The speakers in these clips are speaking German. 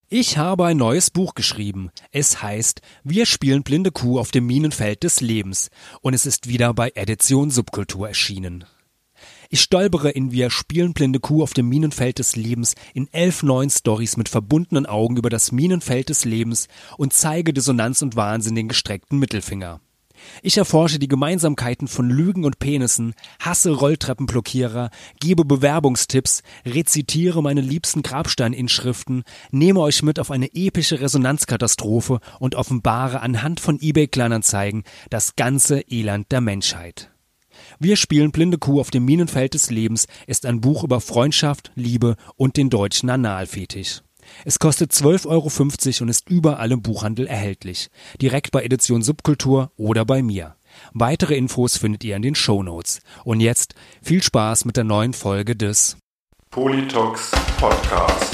Ich habe ein neues Buch geschrieben. Es heißt Wir spielen blinde Kuh auf dem Minenfeld des Lebens und es ist wieder bei Edition Subkultur erschienen. Ich stolpere in Wir spielen blinde Kuh auf dem Minenfeld des Lebens in 11 neuen Storys mit verbundenen Augen über das Minenfeld des Lebens und zeige Dissonanz und Wahnsinn den gestreckten Mittelfinger. Ich erforsche die Gemeinsamkeiten von Lügen und Penissen, hasse Rolltreppenblockierer, gebe Bewerbungstipps, rezitiere meine liebsten Grabsteininschriften, nehme euch mit auf eine epische Resonanzkatastrophe und offenbare anhand von eBay-Kleinanzeigen das ganze Elend der Menschheit. Wir spielen blinde Kuh auf dem Minenfeld des Lebens ist ein Buch über Freundschaft, Liebe und den deutschen Analfetisch. Es kostet 12,50 € und ist überall im Buchhandel erhältlich. Direkt bei Edition Subkultur oder bei mir. Weitere Infos findet ihr in den Shownotes. Und jetzt viel Spaß mit der neuen Folge des Politox Podcast.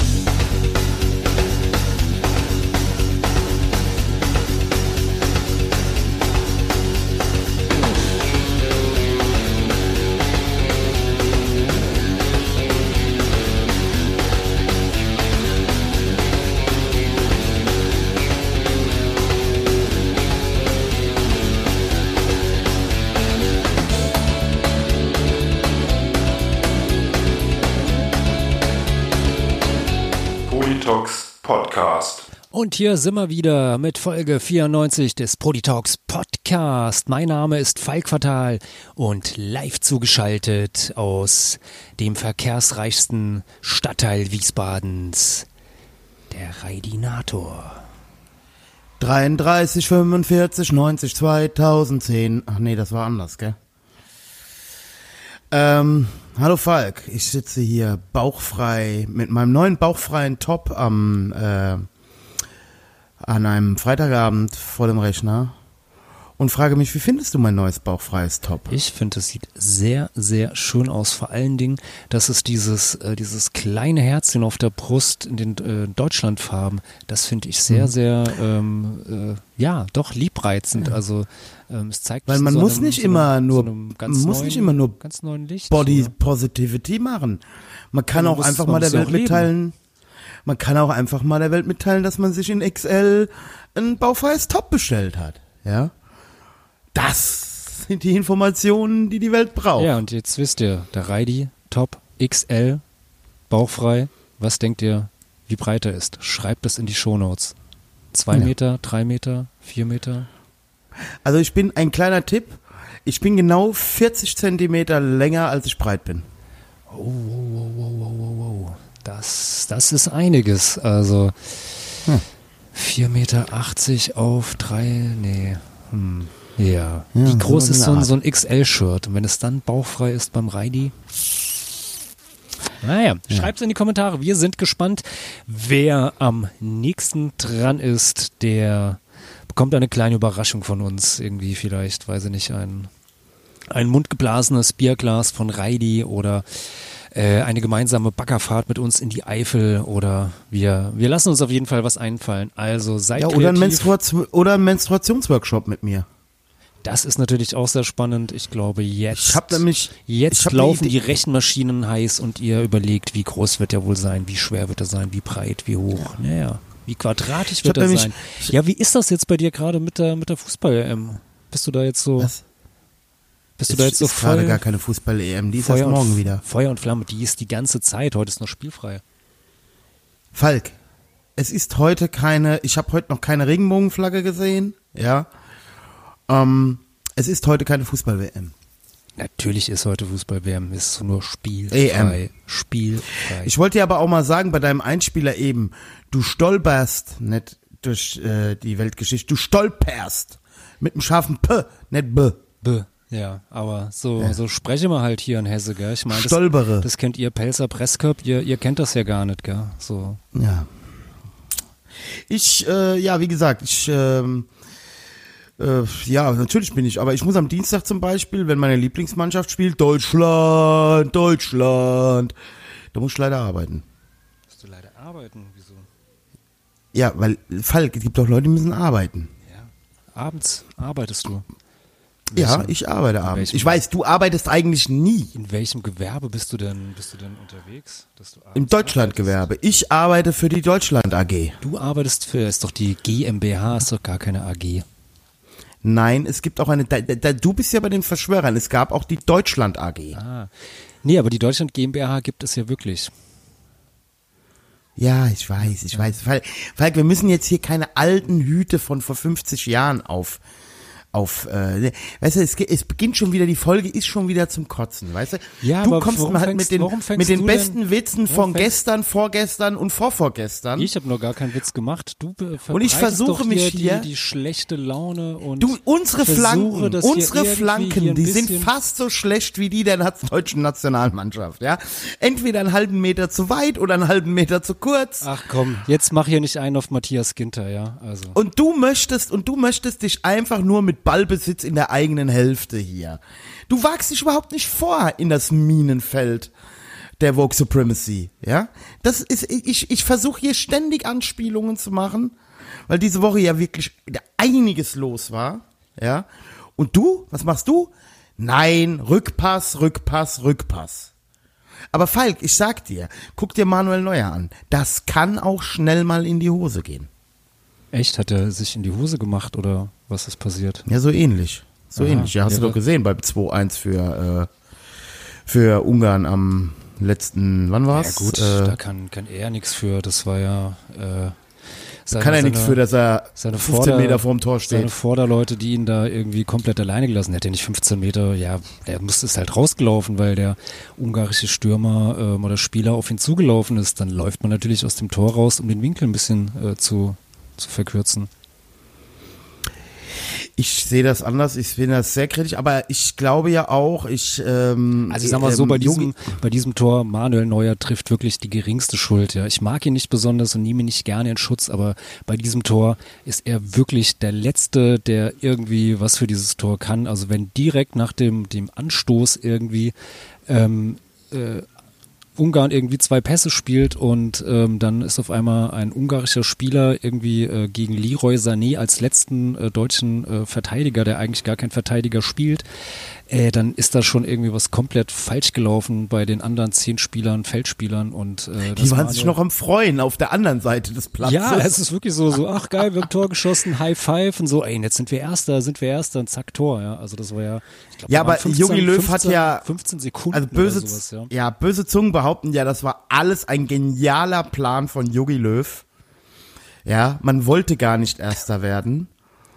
Podcast. Und hier sind wir wieder mit Folge 94 des Politox Podcast. Mein Name ist Falk Fatal und live zugeschaltet aus dem verkehrsreichsten Stadtteil Wiesbadens, der Raidinator. 33, 45, 90, 2010. Ach nee, das war anders, gell? Hallo Falk, ich sitze hier bauchfrei mit meinem neuen bauchfreien Top an einem Freitagabend vor dem Rechner und frage mich, wie findest du mein neues bauchfreies Top? Ich finde, es sieht sehr, sehr schön aus. Vor allen Dingen, dass es dieses kleine Herzchen auf der Brust in den Deutschlandfarben, das finde ich sehr, sehr, doch liebreizend. Ja. Also es zeigt, weil man so muss nicht immer nur ganz neuen Licht, Body oder? Positivity machen. Man kann auch einfach mal der Welt mitteilen. Man kann auch einfach mal der Welt mitteilen, dass man sich in XL ein bauchfreies Top bestellt hat. Ja. Das sind die Informationen, die die Welt braucht. Ja, und jetzt wisst ihr, der Raidi, Top, XL, bauchfrei. Was denkt ihr, wie breit er ist? Schreibt es in die Shownotes. 2 Meter, 3 Meter, 4 Meter? Also ich bin ein kleiner Tipp. Ich bin genau 40 Zentimeter länger, als ich breit bin. Oh. Das ist einiges. Also 4,80 Meter auf 3, Ja. Wie groß ist so ein XL-Shirt? Und wenn es dann bauchfrei ist beim Raidi? Naja, schreibt es in die Kommentare. Wir sind gespannt, wer am nächsten dran ist. Der bekommt eine kleine Überraschung von uns. Irgendwie vielleicht, weiß ich nicht, ein mundgeblasenes Bierglas von Raidi oder eine gemeinsame Baggerfahrt mit uns in die Eifel oder wir lassen uns auf jeden Fall was einfallen. Also seid kreativ. Oder ein Menstruationsworkshop mit mir. Das ist natürlich auch sehr spannend. Ich glaube, jetzt laufen die Rechenmaschinen heiß und ihr überlegt, wie groß wird er wohl sein, wie schwer wird er sein, wie breit, wie hoch. Naja, wie quadratisch wird er sein. Ja, wie ist das jetzt bei dir gerade mit der Fußball-EM? Bist du da jetzt so... Was? Bist du da jetzt so voll? Gerade gar keine Fußball-EM, die ist erst morgen wieder. Feuer und Flamme, die ist die ganze Zeit. Heute ist noch spielfrei. Falk, es ist heute ich habe heute noch keine Regenbogenflagge gesehen, ja. Es ist heute keine Fußball-WM. Natürlich ist heute Fußball-WM, ist nur spielfrei. EM. Spielfrei. Ich wollte dir aber auch mal sagen, bei deinem Einspieler eben, du stolperst nicht durch die Weltgeschichte, du stolperst mit einem scharfen P, nicht B. Ja, aber so sprechen wir halt hier in Hesse, gell? Ich meine, Stolpere. Das kennt ihr, Pelzer Pressköp, ihr kennt das ja gar nicht, gell? So. Ja. Wie gesagt, natürlich bin ich, aber ich muss am Dienstag zum Beispiel, wenn meine Lieblingsmannschaft spielt, Deutschland, da muss ich leider arbeiten. Musst du leider arbeiten? Wieso? Ja, weil, Falk, es gibt doch Leute, die müssen arbeiten. Ja, abends arbeitest du. Ja, ich arbeite abends. Ich weiß, du arbeitest eigentlich nie. In welchem Gewerbe bist du denn unterwegs? Dass du im Deutschlandgewerbe. Ich arbeite für die Deutschland AG. Du arbeitest ist doch die GmbH, ist doch gar keine AG. Nein, es gibt auch eine, du bist ja bei den Verschwörern, es gab auch die Deutschland AG. Nee, aber die Deutschland GmbH gibt es ja wirklich. Ja, ich weiß. Falk, wir müssen jetzt hier keine alten Hüte von vor 50 Jahren weißt du, es beginnt schon wieder, die Folge ist schon wieder zum Kotzen, weißt du? Ja, du aber kommst halt mit den besten Witzen von gestern, vorgestern und vorvorgestern. Ich habe noch gar keinen Witz gemacht. Du und ich versuche doch mich hier die schlechte Laune und unsere Flanken, die sind fast so schlecht wie die der deutschen Nationalmannschaft, ja? Entweder einen halben Meter zu weit oder einen halben Meter zu kurz. Ach komm, jetzt mach hier nicht einen auf Matthias Ginter, ja? Also. Und du möchtest dich einfach nur mit Ballbesitz in der eigenen Hälfte hier. Du wagst dich überhaupt nicht vor in das Minenfeld der Woke Supremacy, ja? Das ist, ich versuche hier ständig Anspielungen zu machen, weil diese Woche ja wirklich einiges los war, ja? Und du, was machst du? Nein, Rückpass. Aber Falk, ich sag dir, guck dir Manuel Neuer an. Das kann auch schnell mal in die Hose gehen. Echt? Hat er sich in die Hose gemacht oder was ist passiert? Ja, so ähnlich. Ja, hast du doch gesehen beim 2-1 für Ungarn am letzten, wann war's? Ja gut, da kann er nichts für. Das war ja kann er nichts für, dass er 15 Meter vorm Tor steht. Seine Vorderleute, die ihn da irgendwie komplett alleine gelassen. Er hat ja nicht 15 Meter, ja, der ist halt rausgelaufen, weil der ungarische Stürmer oder Spieler auf ihn zugelaufen ist. Dann läuft man natürlich aus dem Tor raus, um den Winkel ein bisschen zu verkürzen. Ich sehe das anders, ich finde das sehr kritisch, aber ich glaube ja auch, also ich sag mal so, bei diesem Tor, Manuel Neuer trifft wirklich die geringste Schuld, ja. Ich mag ihn nicht besonders und nehme ihn nicht gerne in Schutz, aber bei diesem Tor ist er wirklich der Letzte, der irgendwie was für dieses Tor kann. Also wenn direkt nach dem Anstoß irgendwie Ungarn irgendwie 2 Pässe spielt und dann ist auf einmal ein ungarischer Spieler irgendwie gegen Leroy Sané als letzten deutschen Verteidiger, der eigentlich gar kein Verteidiger spielt, dann ist da schon irgendwie was komplett falsch gelaufen bei den anderen 10 Feldspielern und die waren sich noch am Freuen auf der anderen Seite des Platzes. Ja, es ist wirklich so, ach geil, wir haben Tor geschossen, High Five und so, ey, jetzt sind wir Erster und zack, Tor, ja, also das war ja, ich glaube, ja, aber Jogi Löw hat ja 15 Sekunden also böse, oder sowas, ja, böse Zungen behaupten ja, das war alles ein genialer Plan von Jogi Löw. Ja, man wollte gar nicht Erster werden,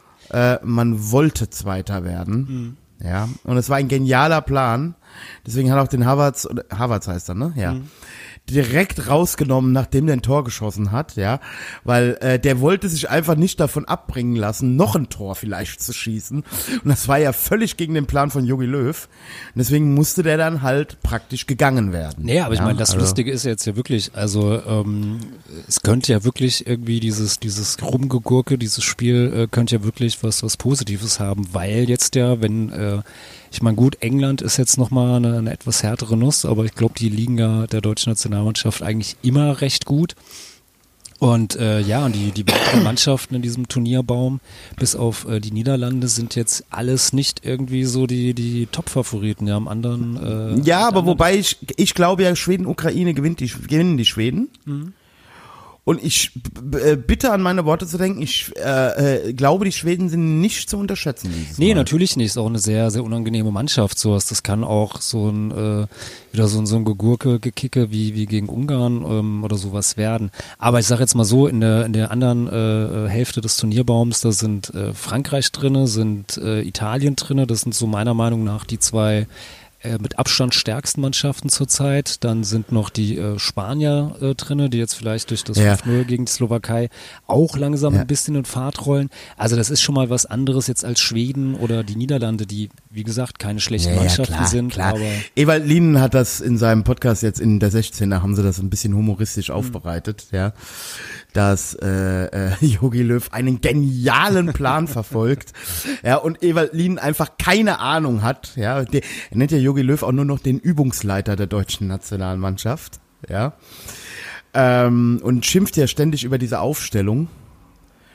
man wollte Zweiter werden. Ja, und es war ein genialer Plan. Deswegen hat auch den Havertz heißt er, ne? Ja. Direkt rausgenommen, nachdem der ein Tor geschossen hat, ja, weil der wollte sich einfach nicht davon abbringen lassen, noch ein Tor vielleicht zu schießen. Und das war ja völlig gegen den Plan von Jogi Löw. Und deswegen musste der dann halt praktisch gegangen werden. Nee, aber ich meine, das Lustige ist jetzt ja wirklich, also es könnte ja wirklich irgendwie dieses Rumgegurke, dieses Spiel könnte ja wirklich was Positives haben, weil jetzt ja, wenn ich meine, gut, England ist jetzt nochmal eine etwas härtere Nuss, aber ich glaube, die liegen ja der deutschen Nationalmannschaft eigentlich immer recht gut. Und und die beiden Mannschaften in diesem Turnierbaum, bis auf die Niederlande, sind jetzt alles nicht irgendwie so die Top-Favoriten, ja, am anderen. Ja, aber wobei ich glaube ja, Schweden-Ukraine gewinnen die Schweden. Mhm. Und ich bitte an meine Worte zu denken, ich glaube, die Schweden sind nicht zu unterschätzen. Nee, natürlich nicht. Ist auch eine sehr, sehr unangenehme Mannschaft. Sowas. Das kann auch so ein Gegurke-Gekicke wie gegen Ungarn oder sowas werden. Aber ich sage jetzt mal so, in der anderen Hälfte des Turnierbaums, da sind Frankreich drinne, sind Italien drinne. Das sind so meiner Meinung nach die 2 mit Abstand stärksten Mannschaften zurzeit. Dann sind noch die Spanier drinne, die jetzt vielleicht durch das 5-0 gegen die Slowakei auch langsam ein bisschen in Fahrt rollen. Also das ist schon mal was anderes jetzt als Schweden oder die Niederlande, die, wie gesagt, keine schlechten Mannschaften sind. Klar. Aber Ewald Lien hat das in seinem Podcast jetzt in der 16er, haben sie das ein bisschen humoristisch aufbereitet, ja, dass Jogi Löw einen genialen Plan verfolgt, ja, und Ewald Lien einfach keine Ahnung hat, ja, er nennt ja Jogi Löw auch nur noch den Übungsleiter der deutschen Nationalmannschaft, ja, und schimpft ja ständig über diese Aufstellung.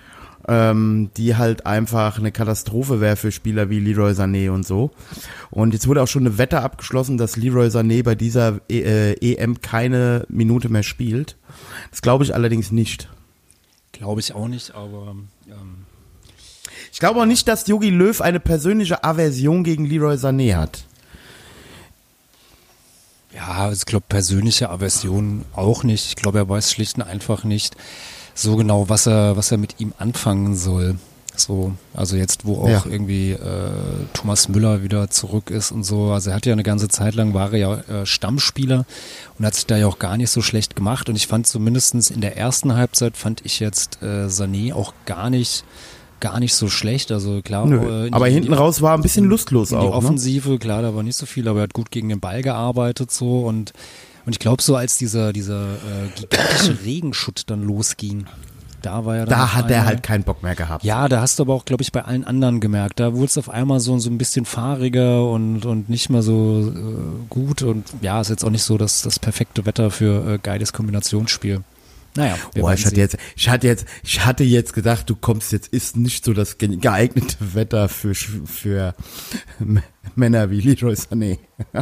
die halt einfach eine Katastrophe wäre für Spieler wie Leroy Sané und so. Und jetzt wurde auch schon eine Wette abgeschlossen, dass Leroy Sané bei dieser EM keine Minute mehr spielt. Das glaube ich allerdings nicht. Glaube ich auch nicht, aber ich glaube auch nicht, dass Jogi Löw eine persönliche Aversion gegen Leroy Sané hat. ja, ich glaube persönliche Aversion auch nicht. Ich glaube, er weiß schlicht und einfach nicht so genau, was er mit ihm anfangen soll. So, also jetzt, wo auch irgendwie Thomas Müller wieder zurück ist und so. Also er hat ja eine ganze Zeit lang, war er ja Stammspieler und hat sich da ja auch gar nicht so schlecht gemacht. Und ich fand zumindest in der ersten Halbzeit fand ich jetzt Sané auch gar nicht so schlecht. Also klar. Aber hinten raus war ein bisschen lustlos auch. Die Offensive, klar, da war nicht so viel, aber er hat gut gegen den Ball gearbeitet so und ich glaube so, als dieser gigantische Regenschutt dann losging, da war ja dann da hat er halt keinen Bock mehr gehabt. Ja, da hast du aber auch, glaube ich, bei allen anderen gemerkt. Da wurde es auf einmal so ein bisschen fahriger und nicht mehr so gut. Und ja, ist jetzt auch nicht so das perfekte Wetter für geiles Kombinationsspiel. Naja, ich hatte jetzt gedacht, du kommst jetzt, ist nicht so das geeignete Wetter für Männer wie Leroy Sané.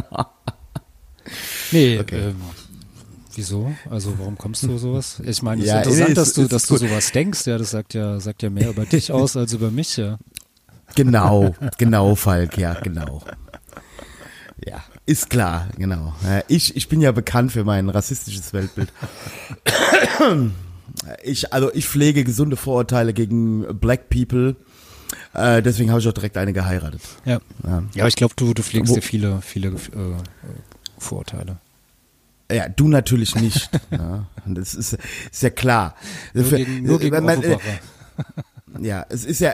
Nee, okay. Wieso? Also warum kommst du sowas? Ich meine, es ist interessant, dass du sowas denkst. Ja, das sagt ja mehr über dich aus als über mich. Ja. Genau, Falk, ja, genau. Ja, ist klar, genau. Ich bin ja bekannt für mein rassistisches Weltbild. Ich pflege gesunde Vorurteile gegen Black People. Deswegen habe ich auch direkt eine geheiratet. Ja, ich glaube, du pflegst dir viele Vorurteile. Ja, du natürlich nicht. Ja, das ist ja klar. Nur gegen ja, es ist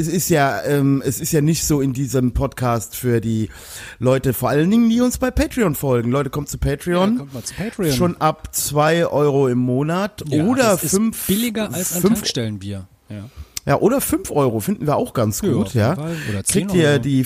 ja nicht so in diesem Podcast für die Leute, vor allen Dingen, die uns bei Patreon folgen. Leute, kommt zu Patreon. Ja, kommt mal zu Patreon. Schon ab 2 € im Monat oder das 5. Ist billiger als ein Tankstellenbier. Ja, oder 5 € finden wir auch ganz gut, ja. Oder 10 Kriegt ihr die,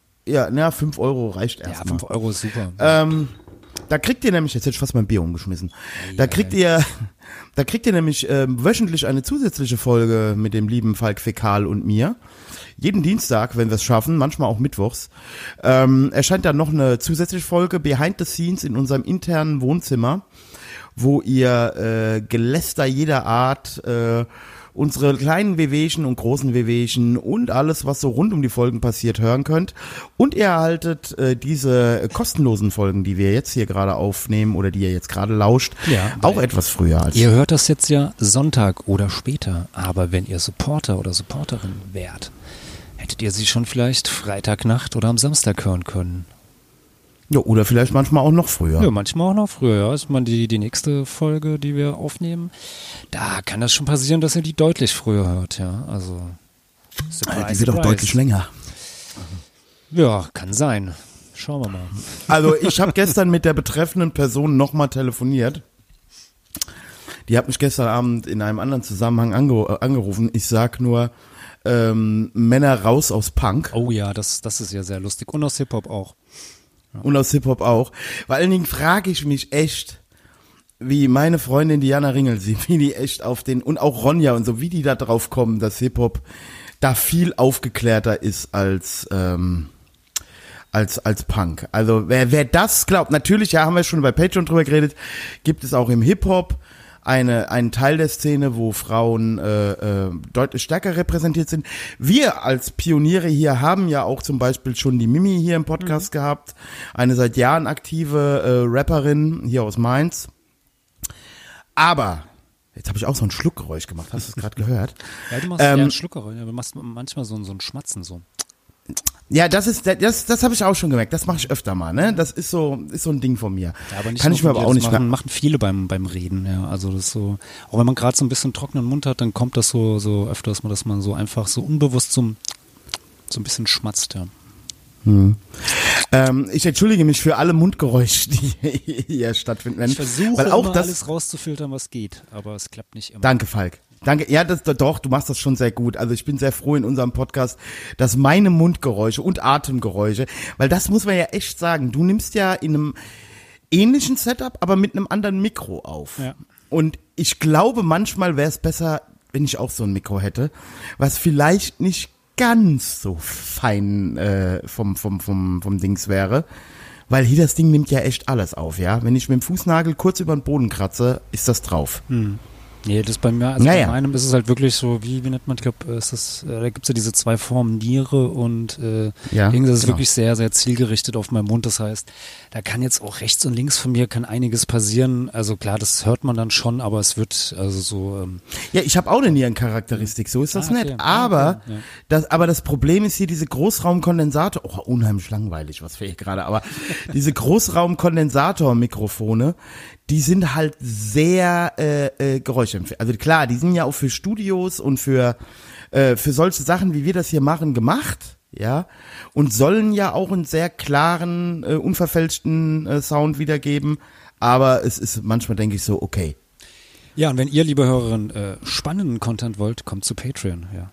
5 € reicht erstmal. Ja, 5 € ist super. Da kriegt ihr nämlich, jetzt hätte ich fast mein Bier umgeschmissen. Da kriegt ihr nämlich wöchentlich eine zusätzliche Folge mit dem lieben Falk Fekal und mir. Jeden Dienstag, wenn wir es schaffen, manchmal auch mittwochs, erscheint dann noch eine zusätzliche Folge Behind the Scenes in unserem internen Wohnzimmer, wo ihr Geläster jeder Art, unsere kleinen Wehwehchen und großen Wehwehchen und alles, was so rund um die Folgen passiert, hören könnt. Und ihr erhaltet diese kostenlosen Folgen, die wir jetzt hier gerade aufnehmen oder die ihr jetzt gerade lauscht, auch etwas früher als. Ihr hört das jetzt ja Sonntag oder später, aber wenn ihr Supporter oder Supporterin wärt, hättet ihr sie schon vielleicht Freitagnacht oder am Samstag hören können. Ja, oder vielleicht manchmal auch noch früher. Ja, manchmal auch noch früher, ja. Ich meine, die nächste Folge, die wir aufnehmen, da kann das schon passieren, dass ihr die deutlich früher hört, ja. Also, surprise, die wird auch deutlich länger. Ja, kann sein. Schauen wir mal. Also, ich habe gestern mit der betreffenden Person nochmal telefoniert. Die hat mich gestern Abend in einem anderen Zusammenhang angerufen. Ich sag nur, Männer raus aus Punk. Oh ja, das ist ja sehr lustig. Und aus Hip-Hop auch. Und aus Hip-Hop auch. Vor allen Dingen frage ich mich echt, wie meine Freundin Diana Ringelsee, wie die echt und auch Ronja und so, wie die da drauf kommen, dass Hip-Hop da viel aufgeklärter ist als Punk. Also wer das glaubt, natürlich, ja, haben wir schon bei Patreon drüber geredet, gibt es auch im Hip-Hop einen Teil der Szene, wo Frauen deutlich stärker repräsentiert sind. Wir als Pioniere hier haben ja auch zum Beispiel schon die Mimi hier im Podcast gehabt, eine seit Jahren aktive Rapperin hier aus Mainz. Aber, jetzt habe ich auch so ein Schluckgeräusch gemacht, hast du es gerade gehört? Ja, du machst ja ein Schluckgeräusch, du machst manchmal so ein Schmatzen so. Ja, das habe ich auch schon gemerkt. Das mache ich öfter mal, ne? Das ist so ein Ding von mir. Ja, aber nicht kann ich mir aber auch nicht machen viele beim Reden, ja. Also das ist so, auch wenn man gerade so ein bisschen trockenen Mund hat, dann kommt das so öfters mal, dass man so einfach so unbewusst so ein bisschen schmatzt, ja. Ich entschuldige mich für alle Mundgeräusche, die hier stattfinden. Ich versuche auch alles rauszufiltern, was geht, aber es klappt nicht immer. Danke, Falk. Danke, ja, du machst das schon sehr gut. Also ich bin sehr froh in unserem Podcast, dass meine Mundgeräusche und Atemgeräusche, weil das muss man ja echt sagen, du nimmst ja in einem ähnlichen Setup, aber mit einem anderen Mikro auf. Ja. Und ich glaube, manchmal wäre es besser, wenn ich auch so ein Mikro hätte, was vielleicht nicht ganz so fein vom Dings wäre, weil hier das Ding nimmt ja echt alles auf, ja. Wenn ich mit dem Fußnagel kurz über den Boden kratze, ist das drauf. Nee, das bei mir, bei meinem ist es halt wirklich so, wie nennt man, ich glaube, da gibt es ja diese 2 Formen, Niere und das ist wirklich sehr, sehr zielgerichtet auf meinen Mund. Das heißt, da kann jetzt auch rechts und links von mir kann einiges passieren. Also klar, das hört man dann schon, aber es wird also so. Ja, ich habe auch eine Nierencharakteristik, so ist das nicht. Aber das Problem ist hier diese Großraumkondensator, unheimlich langweilig, was wir hier gerade, aber diese Großraumkondensator-Mikrofone, die sind halt sehr geräuschempfindlich. Also klar, die sind ja auch für Studios und für solche Sachen, wie wir das hier machen, gemacht, ja, und sollen ja auch einen sehr klaren, unverfälschten Sound wiedergeben. Aber es ist manchmal, denke ich, so, okay. Ja, und wenn ihr, liebe Hörerin, spannenden Content wollt, kommt zu Patreon. Ja.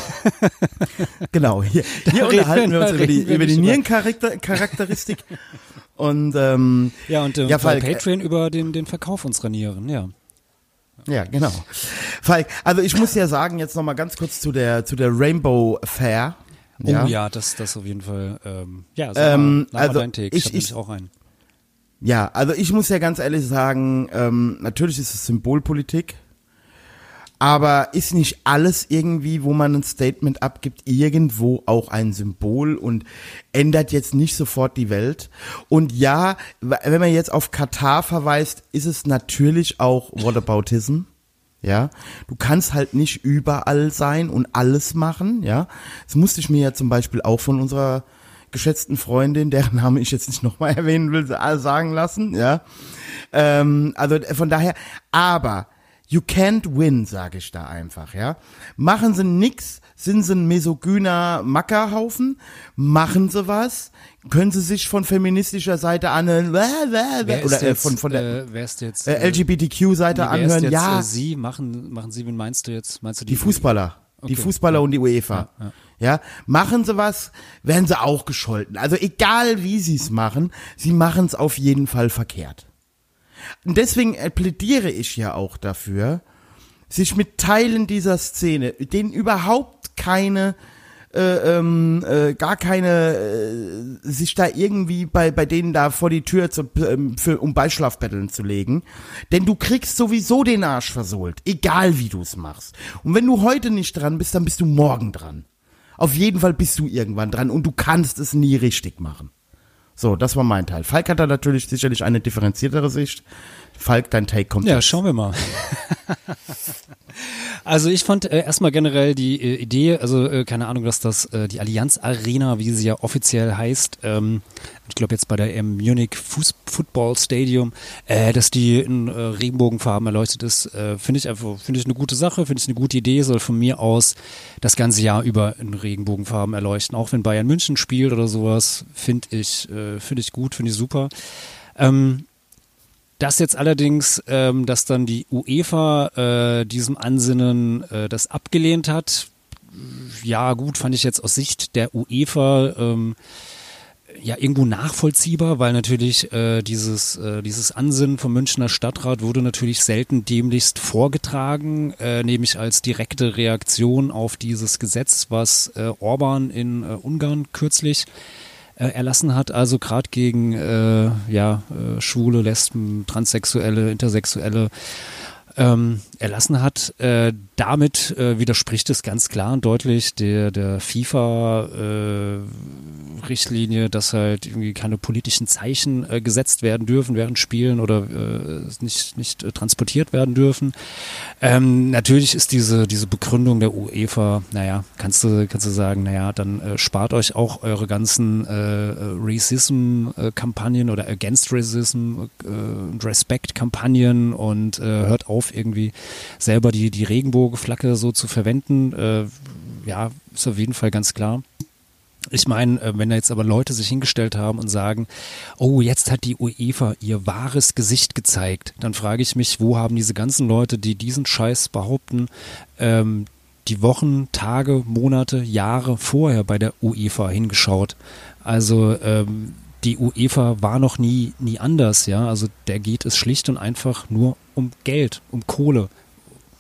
Genau, hier unterhalten wir uns über die Nierencharakteristik. Und bei Patreon über den Verkauf unserer Nieren, ja. Ja, genau. Falk, also ich muss ja sagen, jetzt nochmal ganz kurz zu der Rainbow Fair. Ja. Oh ja, das auf jeden Fall. Sag mal deinen Take. Ich habe nämlich auch einen. Ja, also ich muss ja ganz ehrlich sagen, natürlich ist es Symbolpolitik, aber ist nicht alles irgendwie, wo man ein Statement abgibt, irgendwo auch ein Symbol und ändert jetzt nicht sofort die Welt. Und ja, wenn man jetzt auf Katar verweist, ist es natürlich auch Whataboutism. Ja, du kannst halt nicht überall sein und alles machen, ja. Das musste ich mir ja zum Beispiel auch von unserer geschätzten Freundin, deren Name ich jetzt nicht nochmal erwähnen will, sagen lassen, ja. Also von daher, aber you can't win, sage ich da einfach, ja. Machen sie nix, sind sie ein misogyner Mackerhaufen, machen sie was, können sie sich von feministischer Seite anhören, oder von der LGBTQ-Seite anhören, jetzt, ja. Sie, machen Sie, wen meinst du jetzt? Meinst du die Fußballer? Okay. Die Fußballer und die UEFA. Ja, machen sie was, werden sie auch gescholten. Also egal wie sie es machen, sie machen es auf jeden Fall verkehrt. Und deswegen plädiere ich ja auch dafür, sich mit Teilen dieser Szene, denen überhaupt keine, sich da irgendwie bei denen da vor die Tür um Beischlafbetteln zu legen. Denn du kriegst sowieso den Arsch versohlt, egal wie du es machst. Und wenn du heute nicht dran bist, dann bist du morgen dran. Auf jeden Fall bist du irgendwann dran und du kannst es nie richtig machen. So, das war mein Teil. Falk hat da natürlich sicherlich eine differenziertere Sicht. Falk, dein Take kommt Ja, jetzt. Schauen wir mal. Also ich fand erstmal generell die Idee, also keine Ahnung, dass das die Allianz Arena, wie sie ja offiziell heißt, ich glaube jetzt bei der Munich Football Stadium, dass die in Regenbogenfarben erleuchtet ist, finde ich eine gute Sache, finde ich eine gute Idee, soll von mir aus das ganze Jahr über in Regenbogenfarben erleuchten, auch wenn Bayern München spielt oder sowas, finde ich gut, finde ich super. Das jetzt allerdings, dass dann die UEFA diesem Ansinnen das abgelehnt hat, ja gut, fand ich jetzt aus Sicht der UEFA ja irgendwo nachvollziehbar, weil natürlich dieses Ansinnen vom Münchner Stadtrat wurde natürlich selten dämlichst vorgetragen, nämlich als direkte Reaktion auf dieses Gesetz, was Orban in Ungarn kürzlich erlassen hat, also gerade gegen Schwule, Lesben, Transsexuelle, Intersexuelle erlassen hat. Damit widerspricht es ganz klar und deutlich der FIFA-Richtlinie, dass halt irgendwie keine politischen Zeichen gesetzt werden dürfen während Spielen oder nicht transportiert werden dürfen. Natürlich ist diese Begründung der UEFA, kannst du sagen, dann spart euch auch eure ganzen Racism-Kampagnen oder Against Racism und Respect-Kampagnen und hört auf, irgendwie selber die Regenbogenflagge so zu verwenden. Ist auf jeden Fall ganz klar. Ich meine, wenn da jetzt aber Leute sich hingestellt haben und sagen, oh, jetzt hat die UEFA ihr wahres Gesicht gezeigt, dann frage ich mich, wo haben diese ganzen Leute, die diesen Scheiß behaupten, die Wochen, Tage, Monate, Jahre vorher bei der UEFA hingeschaut? Also die UEFA war noch nie anders, ja. Also der geht es schlicht und einfach nur um Geld, um Kohle.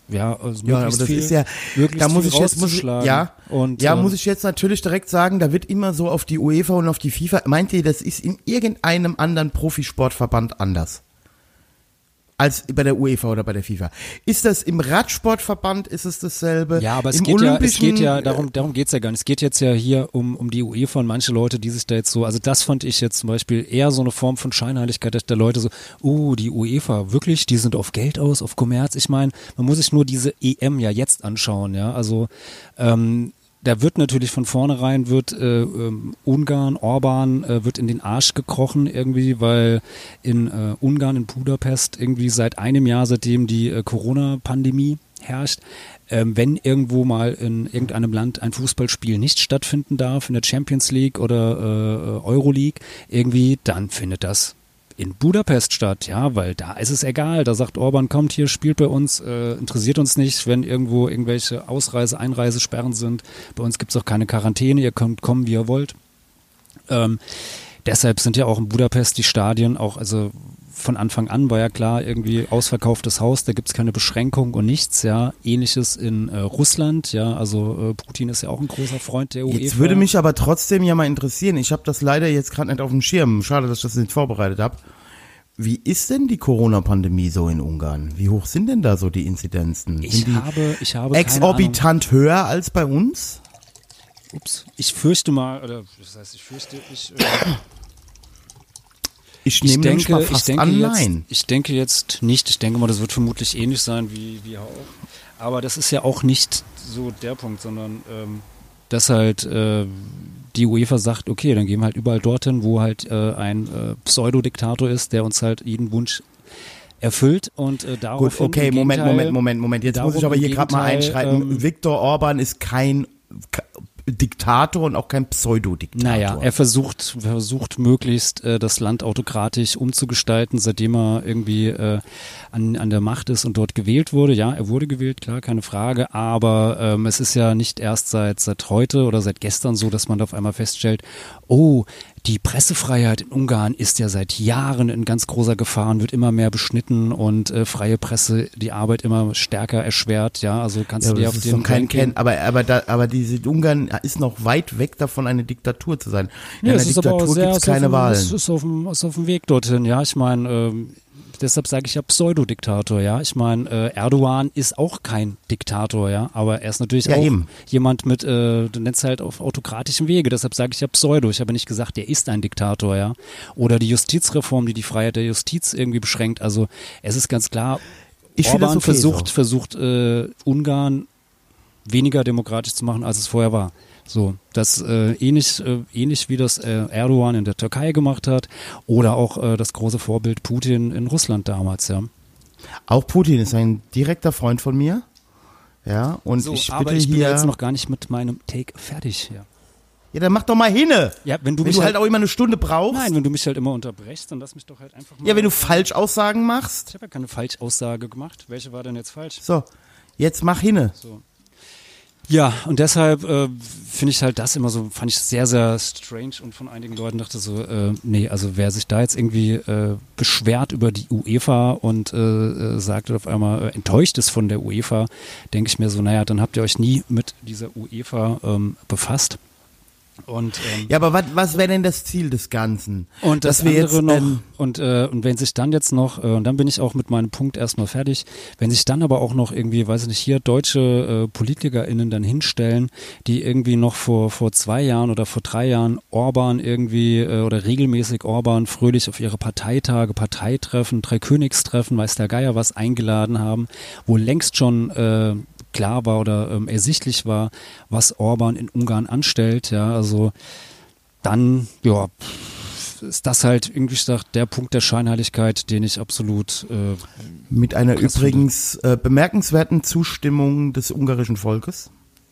Ja, also ja, aber das ist ja, da muss ich jetzt, muss ich jetzt natürlich direkt sagen, da wird immer so auf die UEFA und auf die FIFA, meint ihr, das ist in irgendeinem anderen Profisportverband anders? Als bei der UEFA oder bei der FIFA. Ist das im Radsportverband, ist es dasselbe? Ja, aber es geht ja, darum geht's ja gar nicht. Es geht jetzt ja hier um die UEFA und manche Leute, die sich da jetzt so, also das fand ich jetzt zum Beispiel eher so eine Form von Scheinheiligkeit, dass der Leute so, die UEFA, wirklich, die sind auf Geld aus, auf Kommerz. Ich meine, man muss sich nur diese EM ja jetzt anschauen, ja, also, da wird natürlich von vornherein Ungarn, Orban wird in den Arsch gekrochen irgendwie, weil in Ungarn, in Budapest irgendwie seit einem Jahr, seitdem die Corona-Pandemie herrscht, wenn irgendwo mal in irgendeinem Land ein Fußballspiel nicht stattfinden darf, in der Champions League oder Euroleague irgendwie, dann findet das in Budapest statt, ja, weil da ist es egal, da sagt Orban, kommt hier, spielt bei uns, interessiert uns nicht, wenn irgendwo irgendwelche Einreisesperren sind, bei uns gibt's auch keine Quarantäne, ihr könnt kommen, wie ihr wollt. Deshalb sind ja auch in Budapest die Stadien auch, also von Anfang an war ja klar, irgendwie ausverkauftes Haus, da gibt's keine Beschränkung und nichts, ja, ähnliches in Russland, ja, also Putin ist ja auch ein großer Freund der UEFA. Jetzt würde mich aber trotzdem ja mal interessieren, ich habe das leider jetzt gerade nicht auf dem Schirm, schade, dass ich das nicht vorbereitet habe. Wie ist denn die Corona-Pandemie so in Ungarn? Wie hoch sind denn da so die Inzidenzen? Ich habe exorbitant höher als bei uns? Ups, ich fürchte mal, oder das heißt, ich denke jetzt nicht. Ich denke mal, das wird vermutlich ähnlich sein wie hier auch. Aber das ist ja auch nicht so der Punkt, sondern dass halt die UEFA sagt, okay, dann gehen wir halt überall dorthin, wo halt ein Pseudodiktator ist, der uns halt jeden Wunsch erfüllt und darauf. Gut, okay, Moment. Jetzt muss ich aber hier gerade mal einschreiten. Viktor Orban ist kein Diktator und auch kein Pseudodiktator. Naja, er versucht möglichst das Land autokratisch umzugestalten, seitdem er irgendwie an der Macht ist und dort gewählt wurde. Ja, er wurde gewählt, klar, keine Frage, aber es ist ja nicht erst seit heute oder seit gestern so, dass man da auf einmal feststellt, die Pressefreiheit in Ungarn ist ja seit Jahren in ganz großer Gefahr und wird immer mehr beschnitten und freie Presse die Arbeit immer stärker erschwert. Ja, also kannst du dir auf den aber diese Ungarn ist noch weit weg davon, eine Diktatur zu sein. In einer Diktatur gibt es keine Wahlen. Es ist auf dem Weg dorthin. Ja, ich meine, deshalb sage ich ja Pseudodiktator, ja. Ich meine, Erdogan ist auch kein Diktator, ja, aber er ist natürlich auch jemand mit, du nennst halt auf autokratischen Wege, deshalb sage ich ja Pseudo. Ich habe nicht gesagt, er ist ein Diktator, ja. Oder die Justizreform, die Freiheit der Justiz irgendwie beschränkt. Also es ist ganz klar, Orban versucht Ungarn weniger demokratisch zu machen, als es vorher war. So, das ähnlich wie das Erdogan in der Türkei gemacht hat oder auch das große Vorbild Putin in Russland damals, ja. Auch Putin ist ein direkter Freund von mir, ja, und so, ich aber bitte ich bin hier jetzt noch gar nicht mit meinem Take fertig, ja. Ja, dann mach doch mal hinne. Ja, wenn du halt auch immer eine Stunde brauchst. Nein, wenn du mich halt immer unterbrechst, dann lass mich doch halt einfach mal. Ja, wenn du Falschaussagen machst. Ich habe ja keine Falschaussage gemacht. Welche war denn jetzt falsch? So, jetzt mach hinne. So. Ja, und deshalb finde ich halt das immer so, fand ich sehr, sehr strange und von einigen Leuten dachte so, nee, also wer sich da jetzt irgendwie beschwert über die UEFA und sagt auf einmal enttäuscht ist von der UEFA, denke ich mir so, naja, dann habt ihr euch nie mit dieser UEFA befasst. Und, ja, aber was wäre denn das Ziel des Ganzen? Und das andere noch, und wenn sich dann jetzt noch, und dann bin ich auch mit meinem Punkt erstmal fertig, wenn sich dann aber auch noch irgendwie, weiß ich nicht, hier deutsche PolitikerInnen dann hinstellen, die irgendwie noch vor 2 Jahren oder vor 3 Jahren Orban irgendwie oder regelmäßig Orban fröhlich auf ihre Parteitage, Parteitreffen, Dreikönigstreffen, weiß der Geier was, eingeladen haben, wo längst schon klar war oder ersichtlich war, was Orban in Ungarn anstellt, ja, also dann, ja, ist das halt irgendwie der Punkt der Scheinheiligkeit, den ich absolut mit einer übrigens bemerkenswerten Zustimmung des ungarischen Volkes.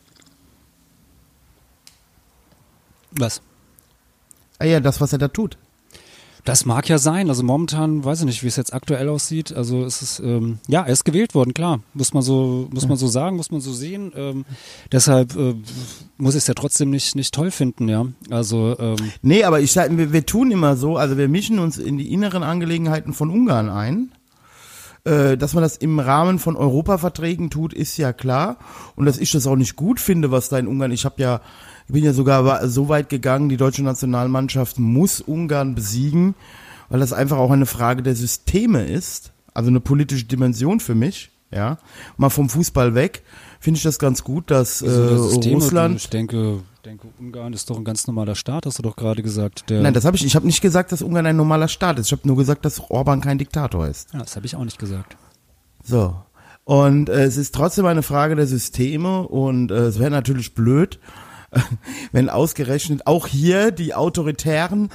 Was? Ah ja, das, was er da tut. Das mag ja sein, also momentan weiß ich nicht, wie es jetzt aktuell aussieht, also es ist, ja, er ist gewählt worden, klar, muss man so sagen, muss man so sehen, deshalb muss ich es ja trotzdem nicht toll finden, ja, also nee, aber ich sage, wir tun immer so, also wir mischen uns in die inneren Angelegenheiten von Ungarn ein, Dass man das im Rahmen von Europaverträgen tut, ist ja klar. Und dass ich das auch nicht gut finde, was da in Ungarn, ich bin ja sogar so weit gegangen, die deutsche Nationalmannschaft muss Ungarn besiegen, weil das einfach auch eine Frage der Systeme ist, also eine politische Dimension für mich, ja. Mal vom Fußball weg, finde ich das ganz gut, dass Russland... Ich denke, Ungarn ist doch ein ganz normaler Staat, hast du doch gerade gesagt. Nein, ich habe nicht gesagt, dass Ungarn ein normaler Staat ist, ich habe nur gesagt, dass Orban kein Diktator ist. Ja, das habe ich auch nicht gesagt. So, und es ist trotzdem eine Frage der Systeme und es wäre natürlich blöd, wenn ausgerechnet auch hier die autoritären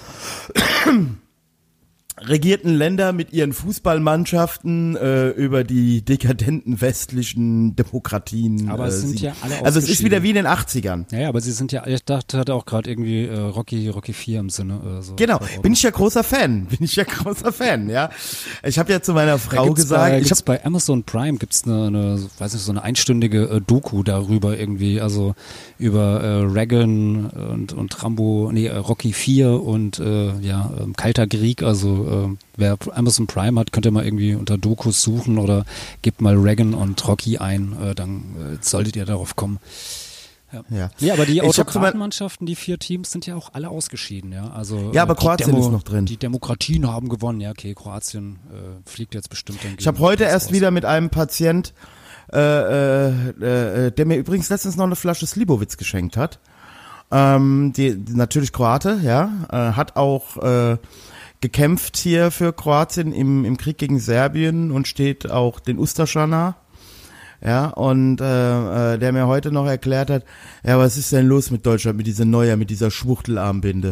regierten Länder mit ihren Fußballmannschaften über die dekadenten westlichen Demokratien. Aber es sind ja alle also es ist wieder wie in den 80ern. Ja, aber sie sind ja, ich hatte auch gerade irgendwie Rocky 4 im Sinne. So genau, bin ich ja großer Fan, ja. Ich habe ja zu meiner Frau gesagt. Bei Amazon Prime gibt's eine so eine einstündige Doku darüber irgendwie, also über Reagan und Rambo, Rocky 4 und Kalter Krieg, also wer Amazon Prime hat, könnt ihr mal irgendwie unter Dokus suchen oder gebt mal Reagan und Rocky ein, dann solltet ihr darauf kommen. Ja. Nee, aber die Autokratenmannschaften, die 4 Teams, sind ja auch alle ausgeschieden, ja. Also, ja, aber Kroatien ist noch drin. Die Demokratien haben gewonnen, ja, okay, Kroatien fliegt jetzt bestimmt dann. Ich habe heute erst wieder mit einem Patient, der mir übrigens letztens noch eine Flasche Slivovitz geschenkt hat. Die natürlich Kroate, ja, hat auch gekämpft hier für Kroatien im Krieg gegen Serbien und steht auch den Ustaša nah. Ja, und der mir heute noch erklärt hat, ja, was ist denn los mit Deutschland, mit dieser Schwuchtelarmbinde?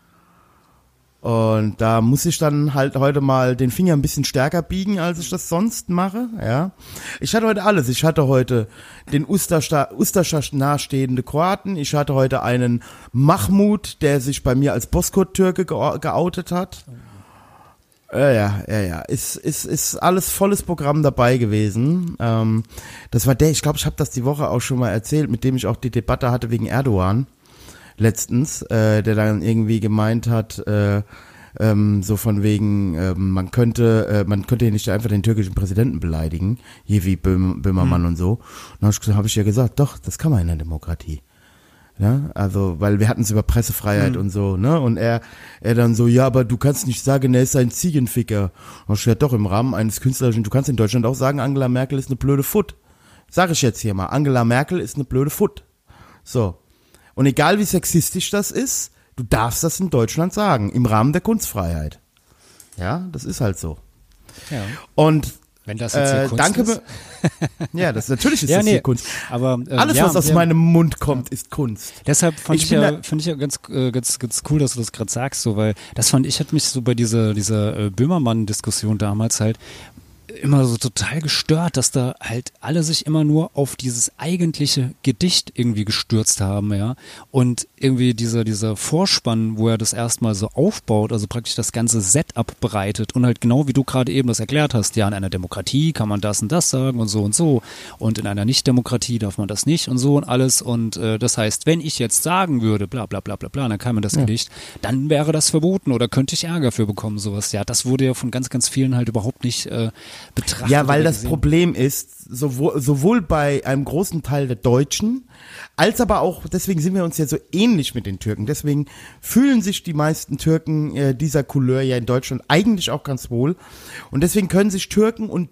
Und da muss ich dann halt heute mal den Finger ein bisschen stärker biegen, als ich das sonst mache, ja. Ich hatte heute alles. Ich hatte heute den Ustaša nahestehende Kroaten. Ich hatte heute einen Mahmut, der sich bei mir als Bozkurt-Türke geoutet hat. Ja. Ist alles volles Programm dabei gewesen. Das war ich glaube, ich habe das die Woche auch schon mal erzählt, mit dem ich auch die Debatte hatte wegen Erdogan. Letztens, der dann irgendwie gemeint hat, so von wegen, man könnte hier nicht einfach den türkischen Präsidenten beleidigen, hier wie Böhmermann und so. Und dann habe ich ja gesagt, doch, das kann man in einer Demokratie. Ja, also, weil wir hatten es über Pressefreiheit und so, ne? Und er dann so, ja, aber du kannst nicht sagen, er ist ein Ziegenficker. Und ich doch im Rahmen eines künstlerischen, du kannst in Deutschland auch sagen, Angela Merkel ist eine blöde Futt. Sag ich jetzt hier mal, Angela Merkel ist eine blöde Futt. So. Und egal wie sexistisch das ist, du darfst das in Deutschland sagen, im Rahmen der Kunstfreiheit. Ja, das ist halt so. Ja. Und wenn das jetzt hier Kunst ist. Ja, natürlich ist das hier Kunst. Aber alles, was aus meinem Mund kommt, ist Kunst. Deshalb finde ich ja ganz cool, dass du das gerade sagst, so, weil das hat mich so bei dieser Böhmermann-Diskussion damals halt immer so total gestört, dass da halt alle sich immer nur auf dieses eigentliche Gedicht irgendwie gestürzt haben, ja. Und irgendwie dieser Vorspann, wo er das erstmal so aufbaut, also praktisch das ganze Setup bereitet und halt genau wie du gerade eben das erklärt hast, ja, in einer Demokratie kann man das und das sagen und so und in einer Nicht-Demokratie darf man das nicht und so und alles und das heißt, wenn ich jetzt sagen würde, bla bla bla bla bla, dann kam mir das Gedicht, dann wäre das verboten oder könnte ich Ärger für bekommen, sowas. Ja, das wurde ja von ganz, ganz vielen halt überhaupt nicht betrachtet. Ja, weil das Problem ist, sowohl bei einem großen Teil der Deutschen, als aber auch, deswegen sind wir uns ja so ähnlich mit den Türken, deswegen fühlen sich die meisten Türken dieser Couleur ja in Deutschland eigentlich auch ganz wohl und deswegen können sich Türken und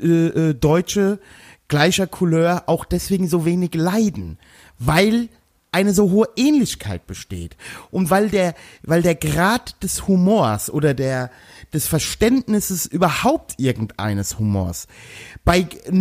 Deutsche gleicher Couleur auch deswegen so wenig leiden, weil eine so hohe Ähnlichkeit besteht und weil der Grad des Humors oder des Verständnisses überhaupt irgendeines Humors bei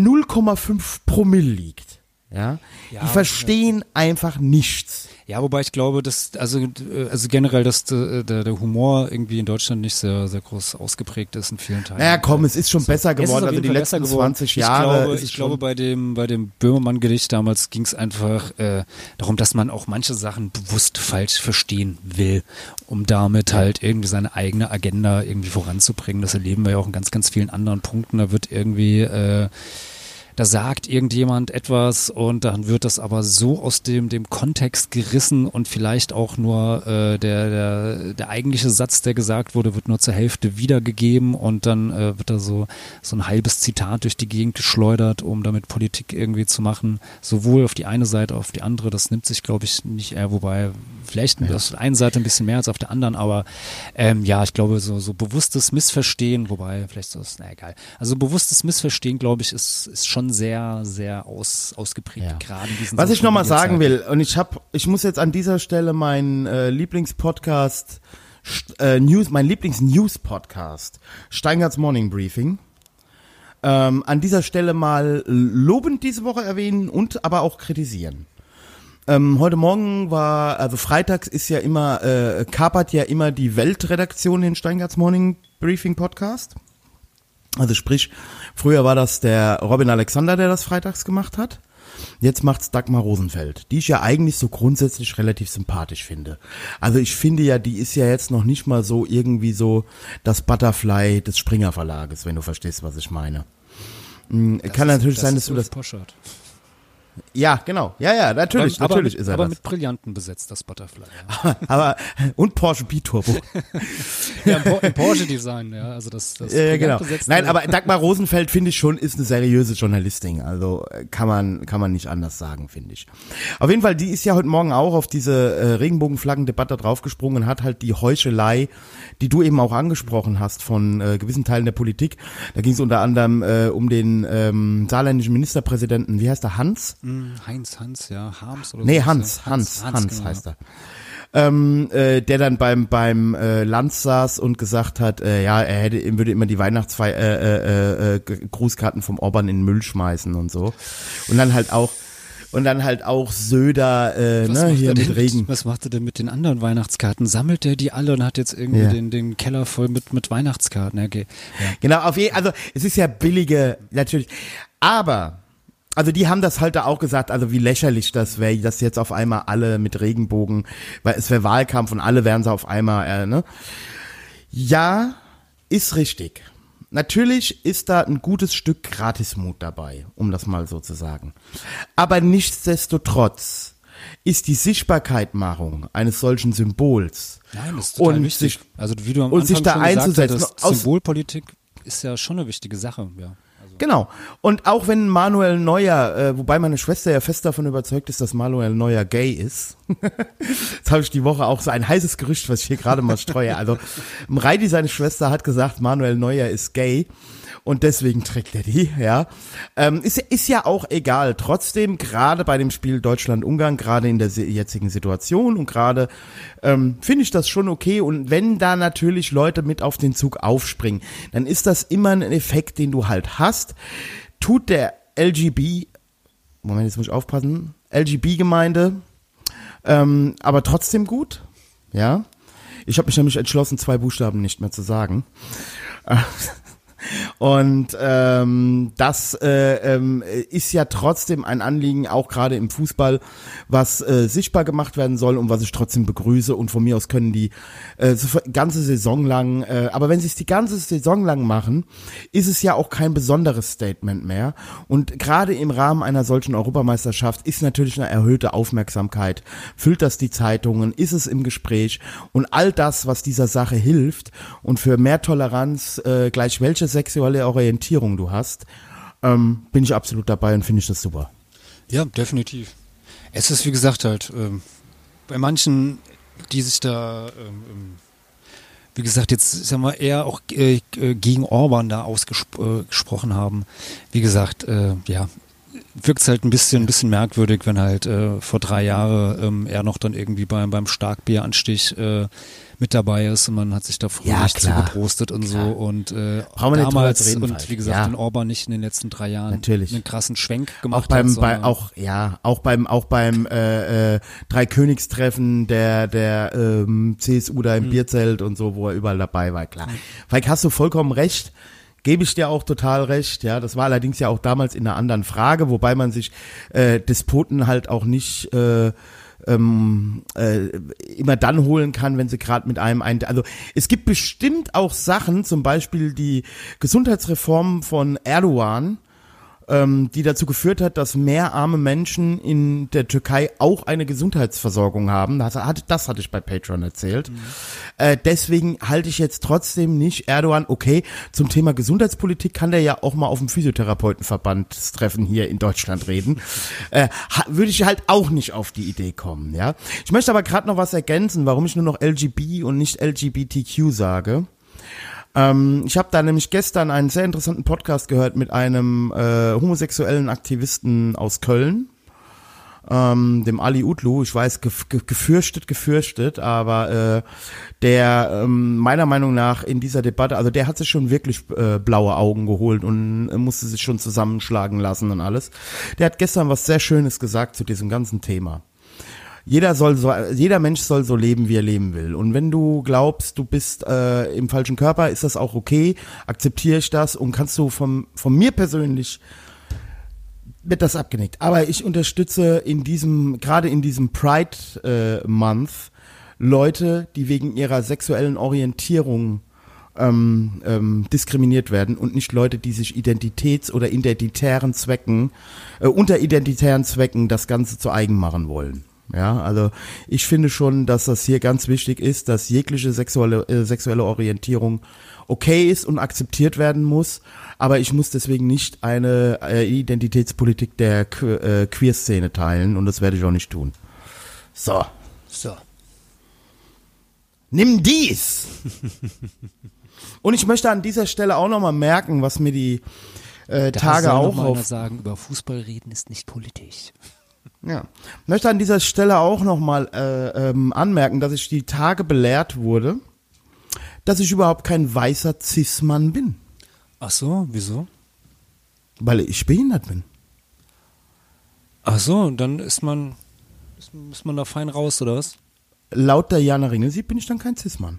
0,5 Promille liegt. Ja, die verstehen einfach nichts. Ja, wobei ich glaube, dass also generell, dass der Humor irgendwie in Deutschland nicht sehr, sehr groß ausgeprägt ist in vielen Teilen. Naja, komm, es ist schon besser geworden, also die letzten 20 Jahre. Ich glaube, bei dem Böhmermann-Gedicht damals ging es einfach darum, dass man auch manche Sachen bewusst falsch verstehen will, um damit halt irgendwie seine eigene Agenda irgendwie voranzubringen. Das erleben wir ja auch in ganz, ganz vielen anderen Punkten. Da wird irgendwie da sagt irgendjemand etwas und dann wird das aber so aus dem Kontext gerissen und vielleicht auch nur der eigentliche Satz, der gesagt wurde, wird nur zur Hälfte wiedergegeben und dann wird da so ein halbes Zitat durch die Gegend geschleudert, um damit Politik irgendwie zu machen, sowohl auf die eine Seite, auf die andere. Das nimmt sich, glaube ich, nicht, wobei vielleicht auf der einen Seite ein bisschen mehr als auf der anderen, aber ich glaube, so bewusstes Missverstehen, wobei vielleicht so ist, egal. Also bewusstes Missverstehen, glaube ich, ist schon sehr, sehr ausgeprägt, gerade in diesen Was ich nochmal sagen will, und ich muss jetzt an dieser Stelle meinen Lieblingspodcast, mein Lieblings-News-Podcast, Steingarts Morning Briefing, an dieser Stelle mal lobend diese Woche erwähnen und aber auch kritisieren. Heute Morgen also freitags ist ja immer, kapert ja immer die Weltredaktion den Steingarts Morning Briefing Podcast. Also sprich, früher war das der Robin Alexander, der das freitags gemacht hat. Jetzt macht's Dagmar Rosenfeld, die ich ja eigentlich so grundsätzlich relativ sympathisch finde. Also ich finde ja, die ist ja jetzt noch nicht mal so irgendwie so das Butterfly des Springer Verlages, wenn du verstehst, was ich meine. Kann natürlich sein, dass du das... Poschardt. Ja, genau. Ja, natürlich ist er aber das. mit Brillanten besetzt, das Butterfly. Ja. aber und Porsche B-Turbo. Ja, im Porsche-Design, ja, also das genau. Nein, aber Dagmar Rosenfeld, finde ich schon, ist eine seriöse Journalistin, also kann man nicht anders sagen, finde ich. Auf jeden Fall, die ist ja heute Morgen auch auf diese Regenbogenflaggen-Debatte draufgesprungen und hat halt die Heuchelei, die du eben auch angesprochen hast von gewissen Teilen der Politik, da ging es unter anderem um den saarländischen Ministerpräsidenten, wie heißt der, Hans? Hans, ja, Harms oder so. Nee, Hans genau. Heißt er. Der dann beim Lanz saß und gesagt hat, er würde immer die Grußkarten vom Orban in den Müll schmeißen und so. Und dann halt auch Söder, hier mit Regen. Was macht er denn mit den anderen Weihnachtskarten? Sammelt er die alle und hat jetzt irgendwie den Keller voll mit Weihnachtskarten? Okay. Ja. Genau, also es ist ja billige, natürlich. Aber also die haben das halt da auch gesagt, also wie lächerlich das wäre, dass jetzt auf einmal alle mit Regenbogen, weil es wäre Wahlkampf und alle wären so auf einmal, ne? Ja, ist richtig. Natürlich ist da ein gutes Stück Gratismut dabei, um das mal so zu sagen. Aber nichtsdestotrotz ist die Sichtbarkeitmachung eines solchen Symbols. Nein, das ist total wichtig. Also wie du am Anfang sich da schon einzusetzen, gesagt hast, Symbolpolitik ist ja schon eine wichtige Sache, ja. Genau. Und auch wenn Manuel Neuer, wobei meine Schwester ja fest davon überzeugt ist, dass Manuel Neuer gay ist. Jetzt habe ich die Woche auch so ein heißes Gerücht, was ich hier gerade mal streue. Also Reidi, seine Schwester, hat gesagt, Manuel Neuer ist gay. Und deswegen trägt er die, ja. Ist ja auch egal. Trotzdem, gerade bei dem Spiel Deutschland-Ungarn, gerade in der jetzigen Situation und gerade finde ich das schon okay. Und wenn da natürlich Leute mit auf den Zug aufspringen, dann ist das immer ein Effekt, den du halt hast. Tut der Moment, jetzt muss ich aufpassen, LGB-Gemeinde, aber trotzdem gut, ja. Ich habe mich nämlich entschlossen, 2 Buchstaben nicht mehr zu sagen. Und das ist ja trotzdem ein Anliegen, auch gerade im Fußball, was sichtbar gemacht werden soll und was ich trotzdem begrüße. Und von mir aus können die ganze Saison lang, aber wenn sie es die ganze Saison lang machen, ist es ja auch kein besonderes Statement mehr. Und gerade im Rahmen einer solchen Europameisterschaft ist natürlich eine erhöhte Aufmerksamkeit. Füllt das die Zeitungen, ist es im Gespräch und all das, was dieser Sache hilft und für mehr Toleranz, gleich welche sexuelle Orientierung du hast, bin ich absolut dabei und finde ich das super. Ja, definitiv. Es ist, wie gesagt, halt bei manchen, die sich da, wie gesagt, jetzt sagen wir eher auch gegen Orban da ausgesprochen haben. Wie gesagt, wirkt es halt ein bisschen merkwürdig, wenn halt vor 3 Jahren er noch dann irgendwie beim Starkbieranstich mit dabei ist und man hat sich da fröhlich zugeprostet und so und damals und wie gesagt, den Orban nicht in den letzten 3 Jahren einen krassen Schwenk gemacht hat. Auch beim Dreikönigstreffen der CSU da im Bierzelt und so, wo er überall dabei war, klar. Falk, hast du vollkommen recht. Gebe ich dir auch total recht, ja. Das war allerdings ja auch damals in einer anderen Frage, wobei man sich Despoten halt auch nicht immer dann holen kann, wenn sie gerade mit also es gibt bestimmt auch Sachen, zum Beispiel die Gesundheitsreform von Erdogan, die dazu geführt hat, dass mehr arme Menschen in der Türkei auch eine Gesundheitsversorgung haben. Das hatte ich bei Patreon erzählt. Deswegen halte ich jetzt trotzdem nicht Erdogan, okay, zum Thema Gesundheitspolitik kann der ja auch mal auf dem Physiotherapeutenverbandstreffen hier in Deutschland reden. Würde ich halt auch nicht auf die Idee kommen, ja. Ich möchte aber gerade noch was ergänzen, warum ich nur noch LGB und nicht LGBTQ sage. Ich habe da nämlich gestern einen sehr interessanten Podcast gehört mit einem homosexuellen Aktivisten aus Köln, dem Ali Utlu. Ich weiß, gefürchtet, aber der meiner Meinung nach in dieser Debatte, also der hat sich schon wirklich blaue Augen geholt und musste sich schon zusammenschlagen lassen und alles. Der hat gestern was sehr Schönes gesagt zu diesem ganzen Thema. Jeder Mensch soll so leben, wie er leben will. Und wenn du glaubst, du bist im falschen Körper, ist das auch okay, akzeptiere ich das und kannst du von mir persönlich, wird das abgenickt. Aber ich unterstütze gerade in diesem Pride Month Leute, die wegen ihrer sexuellen Orientierung diskriminiert werden und nicht Leute, die sich unter identitären Zwecken das Ganze zu eigen machen wollen. Ja, also ich finde schon, dass das hier ganz wichtig ist, dass jegliche sexuelle Orientierung okay ist und akzeptiert werden muss, aber ich muss deswegen nicht eine Identitätspolitik der Queer-Szene teilen und das werde ich auch nicht tun. So. Nimm dies! Und ich möchte an dieser Stelle auch nochmal merken, was mir die Tage auch auf... sagen, über Fußball reden ist nicht politisch. Ja, ich möchte an dieser Stelle auch nochmal anmerken, dass ich die Tage belehrt wurde, dass ich überhaupt kein weißer Cis-Mann bin. Ach so, wieso? Weil ich behindert bin. Ach so, dann ist man da fein raus, oder was? Laut der Jana Ringelsieb bin ich dann kein Cis-Mann.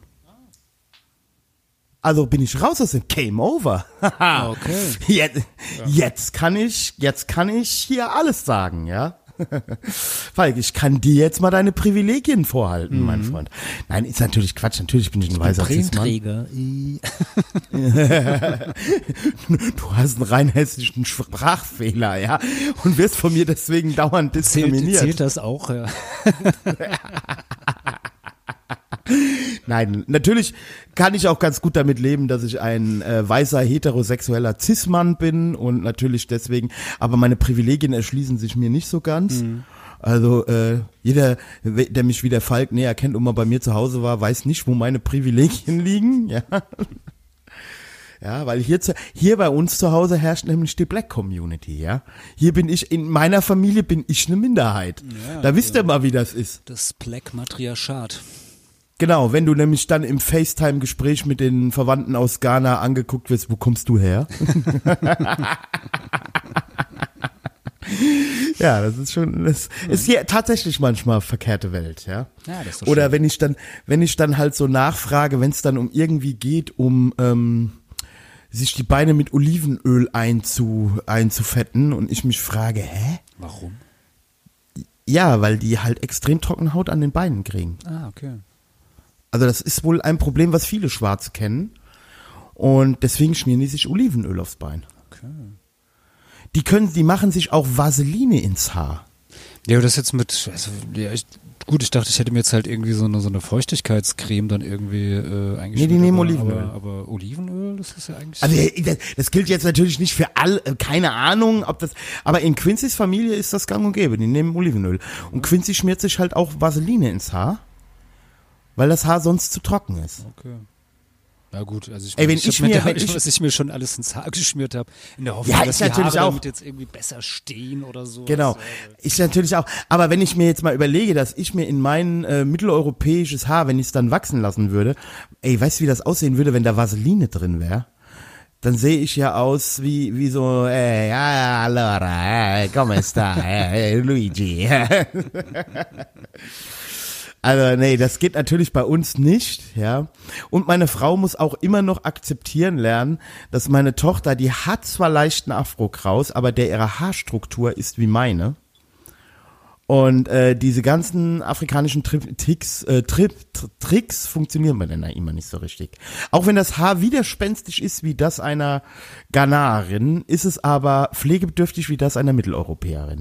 Also bin ich raus aus dem Game Over. Okay. Jetzt kann ich hier alles sagen, ja. Falk, ich kann dir jetzt mal deine Privilegien vorhalten, mein Freund. Nein, ist natürlich Quatsch. Natürlich bin ich ein weißer Cis-Mann. Du hast einen rein hessischen Sprachfehler, ja, und wirst von mir deswegen dauernd diskriminiert. Zählt das auch, ja. Nein, natürlich kann ich auch ganz gut damit leben, dass ich ein weißer, heterosexueller Cis-Mann bin und natürlich deswegen, aber meine Privilegien erschließen sich mir nicht so ganz. Also jeder, der mich wie der Falk näher kennt und mal bei mir zu Hause war, weiß nicht, wo meine Privilegien liegen. Ja, ja, weil hier bei uns zu Hause herrscht nämlich die Black Community. Ja, hier bin ich, in meiner Familie bin ich eine Minderheit. Ja, da wisst ihr mal, wie das ist. Das Black Matriarchat. Genau, wenn du nämlich dann im FaceTime-Gespräch mit den Verwandten aus Ghana angeguckt wirst, wo kommst du her? Ja, das ist hier tatsächlich manchmal verkehrte Welt, ja. Ja, das ist doch Oder schön. wenn ich dann halt so nachfrage, wenn es dann um irgendwie geht, sich die Beine mit Olivenöl einzufetten und ich mich frage, hä? Warum? Ja, weil die halt extrem trockene Haut an den Beinen kriegen. Ah, okay. Also das ist wohl ein Problem, was viele Schwarze kennen. Und deswegen schmieren die sich Olivenöl aufs Bein. Okay. Die machen sich auch Vaseline ins Haar. Ja, das jetzt mit, also, ja, ich dachte, ich hätte mir jetzt halt irgendwie so eine Feuchtigkeitscreme dann irgendwie eingeschmiert. Nee, die nehmen Olivenöl. Aber Olivenöl, das ist ja eigentlich... Also das gilt jetzt natürlich nicht für alle, keine Ahnung, aber in Quincy's Familie ist das gang und gäbe, die nehmen Olivenöl. Und Quincy schmiert sich halt auch Vaseline ins Haar, weil das Haar sonst zu trocken ist. Okay. Na gut, also was ich mir schon alles ins Haar geschmiert habe, in der Hoffnung, dass die Haare damit jetzt irgendwie besser stehen oder so. Genau, ich natürlich auch. Aber wenn ich mir jetzt mal überlege, dass ich mir in mein mitteleuropäisches Haar, wenn ich es dann wachsen lassen würde, weißt du, wie das aussehen würde, wenn da Vaseline drin wäre? Dann sehe ich ja aus wie so, allora, come sta, Luigi. Also nee, das geht natürlich bei uns nicht, ja. Und meine Frau muss auch immer noch akzeptieren lernen, dass meine Tochter, die hat zwar leicht einen Afro-Kraus, aber ihre Haarstruktur ist wie meine. Und diese ganzen afrikanischen Tricks funktionieren bei der Naima nicht so richtig. Auch wenn das Haar widerspenstig ist wie das einer Ghanaerin, ist es aber pflegebedürftig wie das einer Mitteleuropäerin.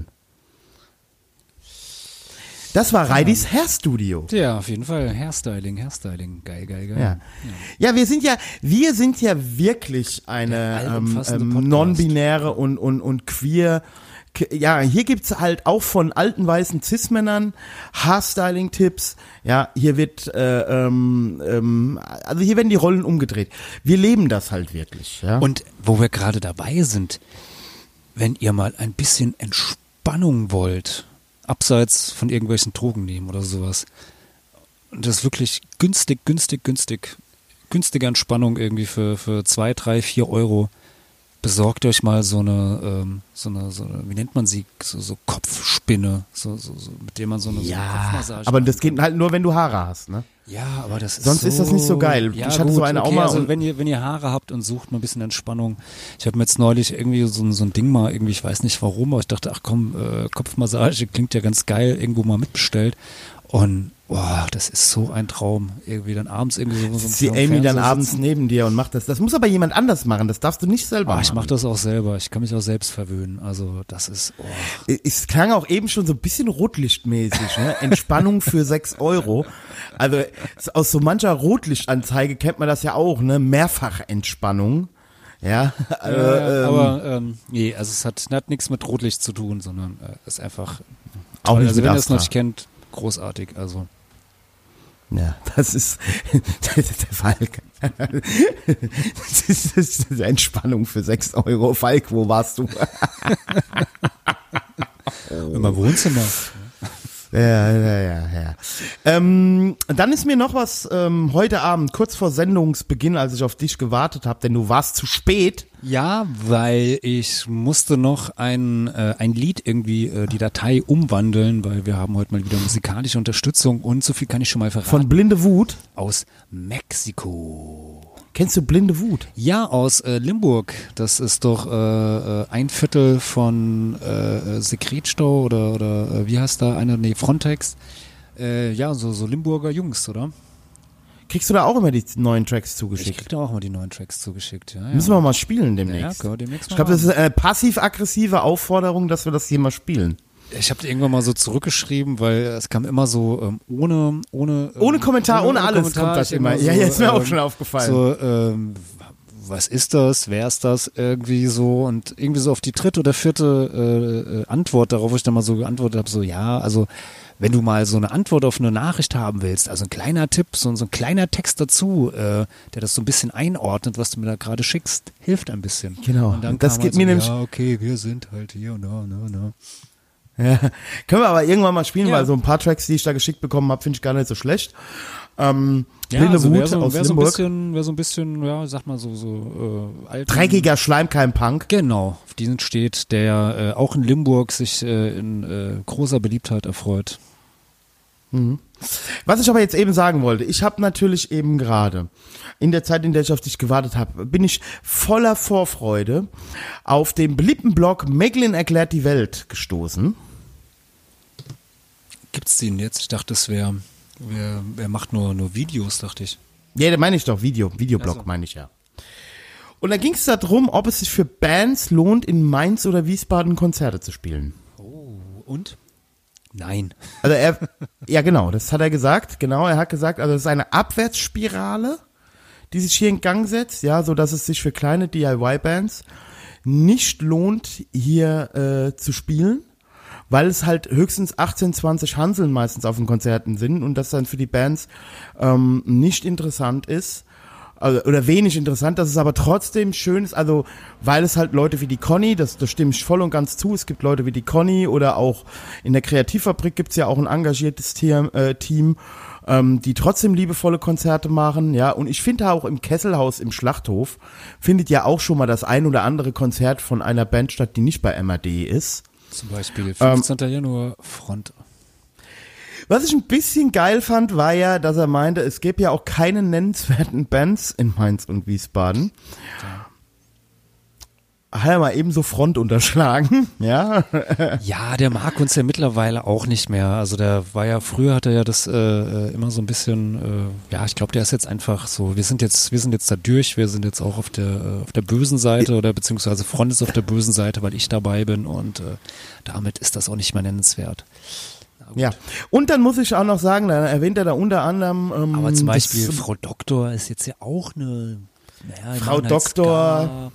Das war Reidis Hairstudio. Ja, auf jeden Fall. Hairstyling. Geil. Ja, wir sind ja wirklich eine non-binäre und queer. Ja, hier gibt's halt auch von alten weißen Cis-Männern Haarstyling-Tipps. Ja, hier wird, also hier werden die Rollen umgedreht. Wir leben das halt wirklich. Ja? Und wo wir gerade dabei sind, wenn ihr mal ein bisschen Entspannung wollt, abseits von irgendwelchen Drogen nehmen oder sowas. Und das ist wirklich günstige Entspannung irgendwie für 2, 3, 4 Euro. Besorgt euch mal so eine, wie nennt man sie, so Kopfspinne, so mit dem man so eine Kopfmassage aber das geht halt nur, wenn du Haare hast, ne? Ja, aber das ist sonst so, ist das nicht so geil. Ja, ich hatte so eine auch mal. Also wenn ihr Haare habt und sucht mal ein bisschen Entspannung. Ich habe mir jetzt neulich irgendwie so ein Ding mal irgendwie, ich weiß nicht warum, aber ich dachte, ach komm, Kopfmassage klingt ja ganz geil, irgendwo mal mitbestellt. Und das ist so ein Traum. Irgendwie dann abends irgendwie so die Amy dann abends neben dir und macht das. Das muss aber jemand anders machen. Das darfst du nicht selber machen. Ich mache das auch selber. Ich kann mich auch selbst verwöhnen. Also das ist. Es klang auch eben schon so ein bisschen rotlichtmäßig. Ne? Entspannung für 6 Euro. Also aus so mancher Rotlichtanzeige kennt man das ja auch. Ne? Mehrfachentspannung. Ja. Aber nee, also es hat nichts mit Rotlicht zu tun, sondern ist einfach. Auch nicht also mit wenn ihr Astra. es noch nicht kennt, großartig. Also. Ja, das ist der Falk. Das ist eine Entspannung für 6 Euro. Falk, wo warst du? In meinem Wohnzimmer. Ja. Dann ist mir noch was heute Abend, kurz vor Sendungsbeginn, als ich auf dich gewartet habe, denn du warst zu spät. Ja, weil ich musste noch ein Lied irgendwie, die Datei umwandeln, weil wir haben heute mal wieder musikalische Unterstützung und so viel kann ich schon mal verraten. Von Blinde Wut? Aus Mexiko. Kennst du Blinde Wut? Ja, aus Limburg. Das ist doch ein Viertel von Sekretstau oder wie heißt da einer? Nee, Frontex. Ja, so Limburger Jungs, oder? Kriegst du da auch immer die neuen Tracks zugeschickt? Ich krieg da auch immer die neuen Tracks zugeschickt, ja. Müssen wir mal spielen demnächst. Ja, demnächst mal. Ich glaube, das ist eine passiv-aggressive Aufforderung, dass wir das hier mal spielen. Ich habe irgendwann mal so zurückgeschrieben, weil es kam immer so ohne Kommentar, ohne alles kommt das immer. Ja, ist mir auch schon aufgefallen. So, was ist das? Wer ist das? Irgendwie so und irgendwie so auf die dritte oder vierte Antwort darauf, wo ich dann mal so geantwortet habe, so ja, also wenn du mal so eine Antwort auf eine Nachricht haben willst, also ein kleiner Tipp, so ein kleiner Text dazu, der das so ein bisschen einordnet, was du mir da gerade schickst, hilft ein bisschen. Genau. Und dann das geht mir nämlich. Ja, okay, wir sind halt hier und da. Ja, können wir aber irgendwann mal spielen, weil so ein paar Tracks, die ich da geschickt bekommen habe, finde ich gar nicht so schlecht. Blinde Wut aus Limburg. Wer so ein bisschen, ja, sag mal so alten, dreckiger Schleimkeim-Punk. Genau, auf diesen steht, der auch in Limburg sich in großer Beliebtheit erfreut. Mhm. Was ich aber jetzt eben sagen wollte, ich habe natürlich eben gerade in der Zeit, in der ich auf dich gewartet habe, bin ich voller Vorfreude auf den beliebten Blog Meglin erklärt die Welt gestoßen. Gibt's den jetzt? Ich dachte, es wäre, wer macht nur Videos, dachte ich. Ja, da meine ich doch, Videoblog meine ich ja. Und da ging es darum, ob es sich für Bands lohnt, in Mainz oder Wiesbaden Konzerte zu spielen. Oh, und? Nein. Also ja genau, das hat er gesagt, genau, er hat gesagt, also es ist eine Abwärtsspirale, die sich hier in Gang setzt, ja, so dass es sich für kleine DIY-Bands nicht lohnt, hier zu spielen, weil es halt höchstens 18, 20 Hanseln meistens auf den Konzerten sind und das dann für die Bands nicht interessant ist. Also, oder wenig interessant, dass es aber trotzdem schön ist, also weil es halt Leute wie die Conny, das stimme ich voll und ganz zu, es gibt Leute wie die Conny oder auch in der Kreativfabrik gibt's ja auch ein engagiertes Team, die trotzdem liebevolle Konzerte machen, ja, und ich finde auch im Kesselhaus im Schlachthof findet ja auch schon mal das ein oder andere Konzert von einer Band statt, die nicht bei MAD ist. Zum Beispiel 15. Januar Front. Was ich ein bisschen geil fand, war ja, dass er meinte, es gäbe ja auch keine nennenswerten Bands in Mainz und Wiesbaden. hat er mal ebenso Front unterschlagen, ja. Ja, der mag uns ja mittlerweile auch nicht mehr. Also der war ja, früher hat er ja das immer so ein bisschen, ja, ich glaube, der ist jetzt einfach so, wir sind jetzt da durch, wir sind jetzt auch auf der bösen Seite oder beziehungsweise Front ist auf der bösen Seite, weil ich dabei bin und damit ist das auch nicht mehr nennenswert. Ja, und dann muss ich auch noch sagen, da erwähnt er da unter anderem aber zum Beispiel Frau Doktor ist jetzt ja auch eine Frau Doktor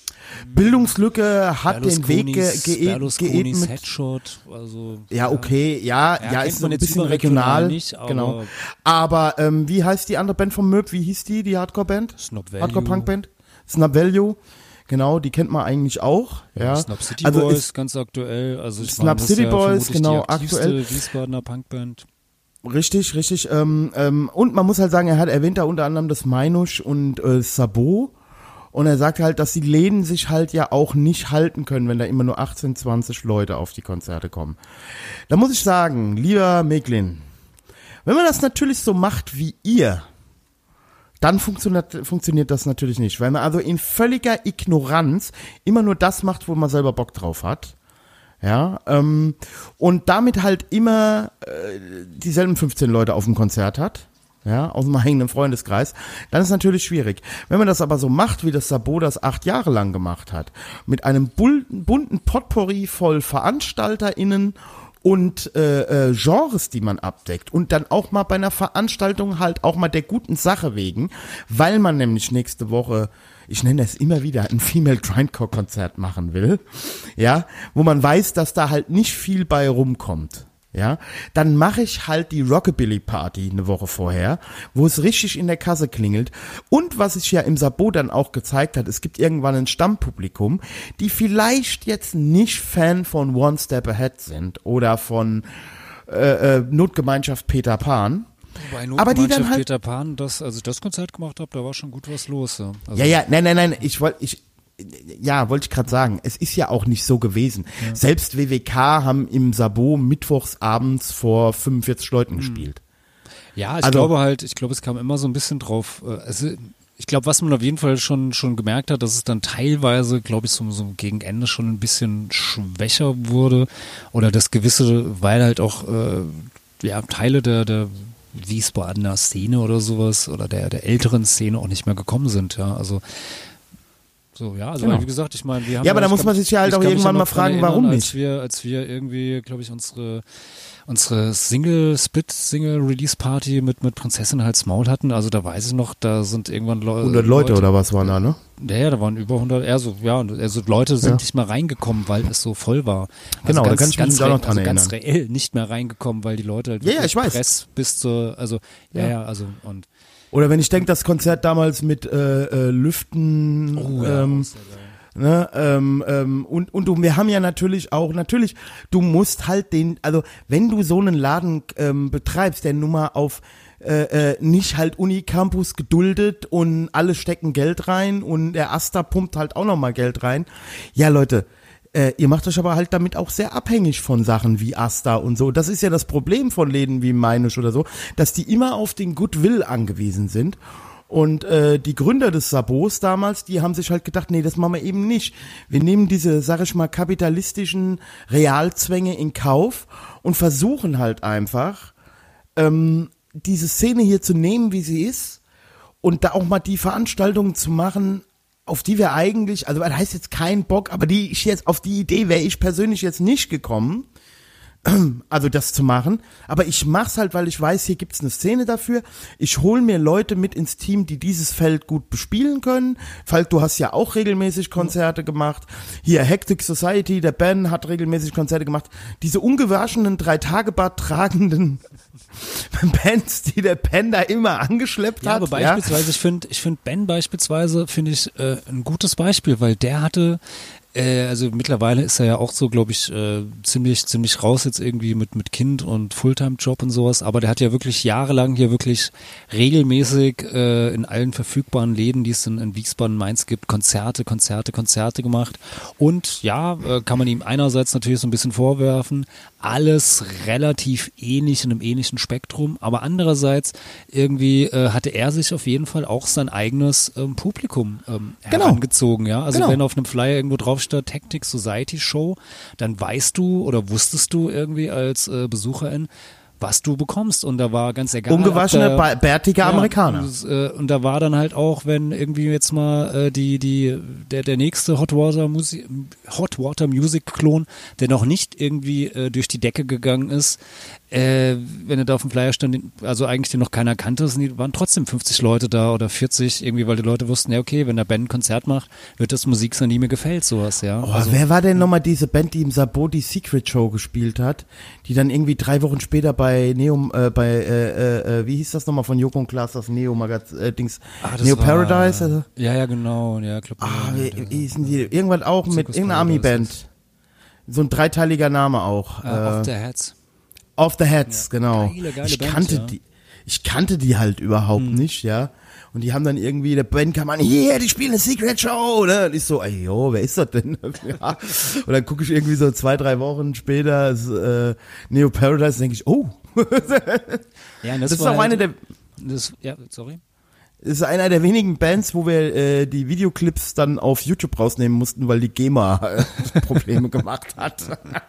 Bildungslücke hat den Weg geebnet. Headshot, also ja, okay, ja, ist so ein bisschen regional, nicht, aber genau. Aber wie heißt die andere Band vom Möb? Wie hieß die Hardcore-Band? Hardcore-Punk-Band? Snap Value. Genau, die kennt man eigentlich auch. Ja, Snap City Boys, ganz aktuell. Also ich Snap City Boys, genau, aktuell. Wiesbadener Punkband. Richtig. Und man muss halt sagen, er erwähnt da unter anderem das Meinusch und Sabot. Und er sagt halt, dass die Läden sich halt ja auch nicht halten können, wenn da immer nur 18, 20 Leute auf die Konzerte kommen. Da muss ich sagen, lieber Meglin, wenn man das natürlich so macht wie ihr, dann funktioniert das natürlich nicht. Weil man also in völliger Ignoranz immer nur das macht, wo man selber Bock drauf hat. Ja, und damit halt immer dieselben 15 Leute auf dem Konzert hat. Ja, aus dem eigenen Freundeskreis, dann ist natürlich schwierig. Wenn man das aber so macht, wie das Sabot das 8 Jahre lang gemacht hat, mit einem bunten Potpourri voll VeranstalterInnen und Genres, die man abdeckt und dann auch mal bei einer Veranstaltung halt auch mal der guten Sache wegen, weil man nämlich nächste Woche, ich nenne es immer wieder, ein Female Grindcore-Konzert machen will, ja, wo man weiß, dass da halt nicht viel bei rumkommt. Ja, dann mache ich halt die Rockabilly-Party eine Woche vorher, wo es richtig in der Kasse klingelt. Und was sich ja im Sabot dann auch gezeigt hat, es gibt irgendwann ein Stammpublikum, die vielleicht jetzt nicht Fan von One Step Ahead sind oder von Notgemeinschaft Peter Pan. Wobei aber die dann halt Peter Pan, als ich das Konzert gemacht habe, da war schon gut was los. Ja, also nein, wollte ich gerade sagen, es ist ja auch nicht so gewesen. Ja. Selbst WWK haben im Sabot mittwochs abends vor 45 Leuten gespielt. Ja, ich glaube, es kam immer so ein bisschen drauf, ich glaube, was man auf jeden Fall schon gemerkt hat, dass es dann teilweise, glaube ich, so gegen Ende schon ein bisschen schwächer wurde oder das gewisse, weil halt auch Teile der Wiesbadener Szene oder sowas oder der älteren Szene auch nicht mehr gekommen sind, ja, also so, ja, also genau. Wie gesagt, ich meine, wir haben. Ja, aber da muss man sich ja halt auch irgendwann mal fragen, warum nicht? Als wir irgendwie, glaube ich, unsere Split-Single-Release-Party mit Prinzessin Hals Maul hatten, also da weiß ich noch, da sind irgendwann 100 Leute oder was waren da, ne? Ja, da waren über 100, Leute sind nicht mehr reingekommen, weil es so voll war. Also genau, da kann ich mich da noch dran erinnern. Ganz reell nicht mehr reingekommen, weil die Leute halt ich weiß. Press bis zur, also, und. Oder wenn ich denke, das Konzert damals mit Lüften, und wir haben ja natürlich, du musst halt also wenn du so einen Laden betreibst, der nun mal auf nicht halt Unicampus geduldet und alle stecken Geld rein und der Asta pumpt halt auch nochmal Geld rein. Ja, Leute, ihr macht euch aber halt damit auch sehr abhängig von Sachen wie Asta und so. Das ist ja das Problem von Läden wie Meinusch oder so, dass die immer auf den Goodwill angewiesen sind. Und die Gründer des Sabots damals, die haben sich halt gedacht, nee, das machen wir eben nicht. Wir nehmen diese, sag ich mal, kapitalistischen Realzwänge in Kauf und versuchen halt einfach, diese Szene hier zu nehmen, wie sie ist und da auch mal die Veranstaltungen zu machen, auf die wir eigentlich, also das heißt jetzt kein Bock, aber auf die Idee wäre ich persönlich jetzt nicht gekommen, also das zu machen, aber ich mach's halt, weil ich weiß, hier gibt's eine Szene dafür. Ich hole mir Leute mit ins Team, die dieses Feld gut bespielen können. Falk, du hast ja auch regelmäßig Konzerte gemacht. Hier Hectic Society, der Ben hat regelmäßig Konzerte gemacht. Diese ungewaschenen 3-Tage-Bart tragenden Bands, die der Ben da immer angeschleppt hat. Aber beispielsweise, ich finde Ben beispielsweise, ein gutes Beispiel, weil der hatte, also mittlerweile ist er ja auch so, glaube ich, ziemlich raus jetzt irgendwie mit Kind und Fulltime-Job und sowas, aber der hat ja wirklich jahrelang hier wirklich regelmäßig in allen verfügbaren Läden, die es in Wiesbaden, Mainz gibt, Konzerte gemacht und ja, kann man ihm einerseits natürlich so ein bisschen vorwerfen, alles relativ ähnlich in einem ähnlichen Spektrum, aber andererseits irgendwie hatte er sich auf jeden Fall auch sein eigenes Publikum herangezogen, ja. Also wenn auf einem Flyer irgendwo drauf steht Tactic Society Show, dann weißt du oder wusstest du irgendwie als Besucherin, was du bekommst, und da war ganz egal. Ungewaschene, bärtige Amerikaner. Und da war dann halt auch, wenn irgendwie jetzt mal der nächste Hot Water Music Klon, der noch nicht irgendwie durch die Decke gegangen ist, wenn er da auf dem Flyer stand, also eigentlich den noch keiner kannte, waren trotzdem 50 Leute da oder 40 irgendwie, weil die Leute wussten, ja okay, wenn der Band ein Konzert macht, wird das Musik sein, die mir gefällt, sowas, ja. Oh, also, wer war denn nochmal diese Band, die im Sabot die Secret Show gespielt hat, die dann irgendwie 3 Wochen später bei wie hieß das nochmal von Joko und Klaas, das Neo-Magazin-Dings, Neo Paradise? Also? Ja, genau, ja, glaub, wie hießen die? Irgendwann auch mit irgendeiner Ami-Band. So ein dreiteiliger Name auch. Off the Heads. Off the Heads, ja, genau. Geile Ich kannte die halt überhaupt nicht, ja. Und die haben dann irgendwie, der Band kam an, hier, die spielen eine Secret Show, ne? Und ich so, ey, jo, wer ist das denn? Ja. Und dann gucke ich irgendwie so 2-3 Wochen später Neo Paradise, denke ich, oh. Ja, das ist auch eine der. Sorry. Das ist einer der wenigen Bands, wo wir die Videoclips dann auf YouTube rausnehmen mussten, weil die GEMA Probleme gemacht hat.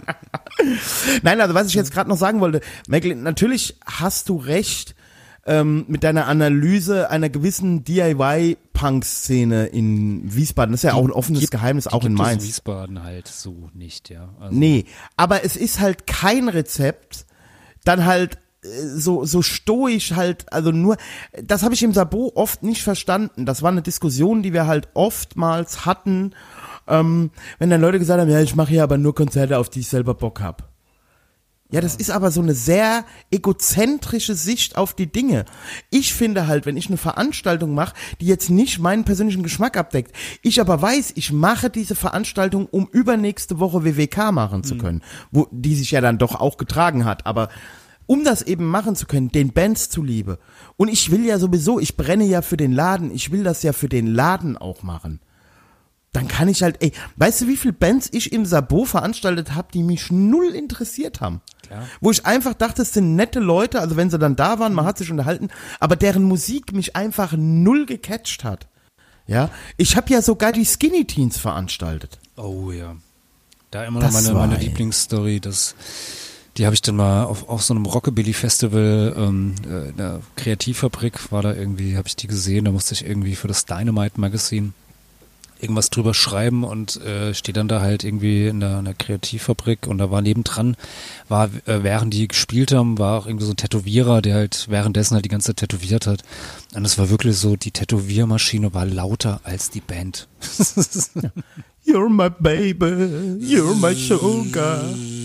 Nein, also was ich jetzt gerade noch sagen wollte, Michael, natürlich hast du recht mit deiner Analyse einer gewissen DIY-Punk-Szene in Wiesbaden. Das ist ja auch ein offenes Geheimnis, auch in Mainz. In Wiesbaden halt so nicht, ja. Also nee, aber es ist halt kein Rezept, dann halt so stoisch halt, also nur, das habe ich im Sabot oft nicht verstanden. Das war eine Diskussion, die wir halt oftmals hatten, wenn dann Leute gesagt haben, ja, ich mache hier aber nur Konzerte, auf die ich selber Bock hab. Ja, das ist aber so eine sehr egozentrische Sicht auf die Dinge. Ich finde halt, wenn ich eine Veranstaltung mache, die jetzt nicht meinen persönlichen Geschmack abdeckt, ich aber weiß, ich mache diese Veranstaltung, um übernächste Woche WWK machen zu können, wo die sich ja dann doch auch getragen hat, aber um das eben machen zu können, den Bands zuliebe. Und ich will ja sowieso, ich brenne ja für den Laden, ich will das ja für den Laden auch machen. Dann kann ich halt, weißt du, wie viele Bands ich im Sabot veranstaltet habe, die mich null interessiert haben? Klar. Wo ich einfach dachte, es sind nette Leute, also wenn sie dann da waren, man hat sich unterhalten, aber deren Musik mich einfach null gecatcht hat. Ja, ich habe ja sogar die Skinny Teens veranstaltet. Oh ja. Da immer noch meine Lieblingsstory, die habe ich dann mal auf so einem Rockabilly-Festival, in der Kreativfabrik war da irgendwie, habe ich die gesehen, da musste ich irgendwie für das Dynamite-Magazin irgendwas drüber schreiben und stehe dann da halt irgendwie in der Kreativfabrik und da war nebendran, während die gespielt haben, war auch irgendwie so ein Tätowierer, der halt währenddessen halt die ganze Zeit tätowiert hat. Und es war wirklich so, die Tätowiermaschine war lauter als die Band. Ja. You're my baby, you're my sugar.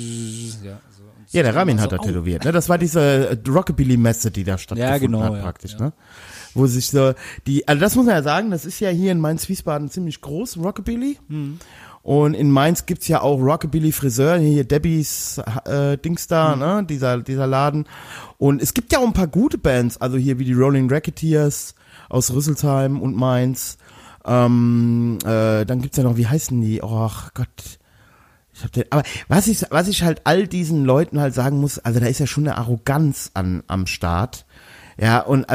Ja, der Ramin hat da tätowiert, ne? Das war diese Rockabilly-Messe, die da stattgefunden hat praktisch, ne? Wo sich so also das muss man ja sagen, das ist ja hier in Mainz-Wiesbaden ziemlich groß, Rockabilly. Und in Mainz gibt's ja auch Rockabilly-Friseur, hier Debbys Dings da, ne? Dieser Laden. Und es gibt ja auch ein paar gute Bands, also hier wie die Rolling Racketeers aus Rüsselsheim und Mainz. Dann gibt's ja noch, wie heißen die? Oh Gott. Aber was ich halt all diesen Leuten halt sagen muss, also da ist ja schon eine Arroganz am Start. Ja, und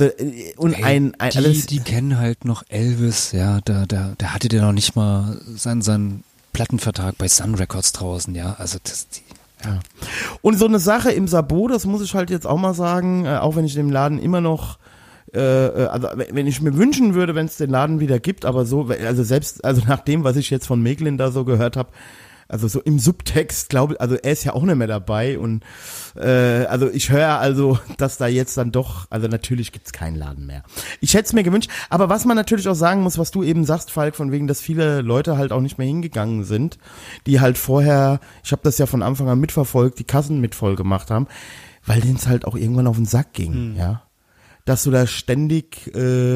die kennen halt noch Elvis, ja, da hatte der noch nicht mal seinen Plattenvertrag bei Sun Records draußen, ja, also ja. Und so eine Sache im Sabot, das muss ich halt jetzt auch mal sagen, auch wenn ich den Laden immer noch also wenn ich mir wünschen würde, wenn es den Laden wieder gibt, aber so, also nach dem, was ich jetzt von Meglin da so gehört habe, also so im Subtext, glaube ich, also er ist ja auch nicht mehr dabei und also ich höre also, dass da jetzt dann doch, also natürlich gibt's keinen Laden mehr. Ich hätte es mir gewünscht, aber was man natürlich auch sagen muss, was du eben sagst, Falk, von wegen, dass viele Leute halt auch nicht mehr hingegangen sind, die halt vorher, ich habe das ja von Anfang an mitverfolgt, die Kassen mit voll gemacht haben, weil denen es halt auch irgendwann auf den Sack ging, ja. Dass du da ständig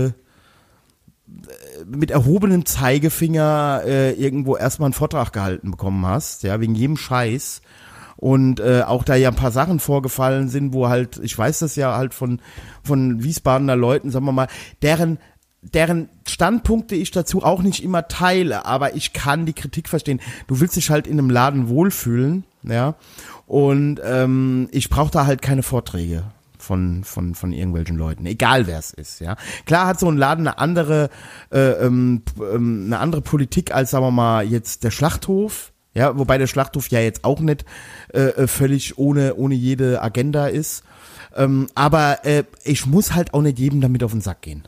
mit erhobenem Zeigefinger irgendwo erstmal einen Vortrag gehalten bekommen hast, ja, wegen jedem Scheiß. Und auch da ja ein paar Sachen vorgefallen sind, wo halt, ich weiß das ja halt von Wiesbadener Leuten, sagen wir mal, deren deren Standpunkte ich dazu auch nicht immer teile, aber ich kann die Kritik verstehen. Du willst dich halt in einem Laden wohlfühlen, ja, und ich brauche da halt keine Vorträge von irgendwelchen Leuten, egal wer es ist, ja. Klar hat so ein Laden eine andere Politik als, sagen wir mal, jetzt der Schlachthof, ja, wobei der Schlachthof ja jetzt auch nicht völlig ohne jede Agenda ist, aber ich muss halt auch nicht jedem damit auf den Sack gehen.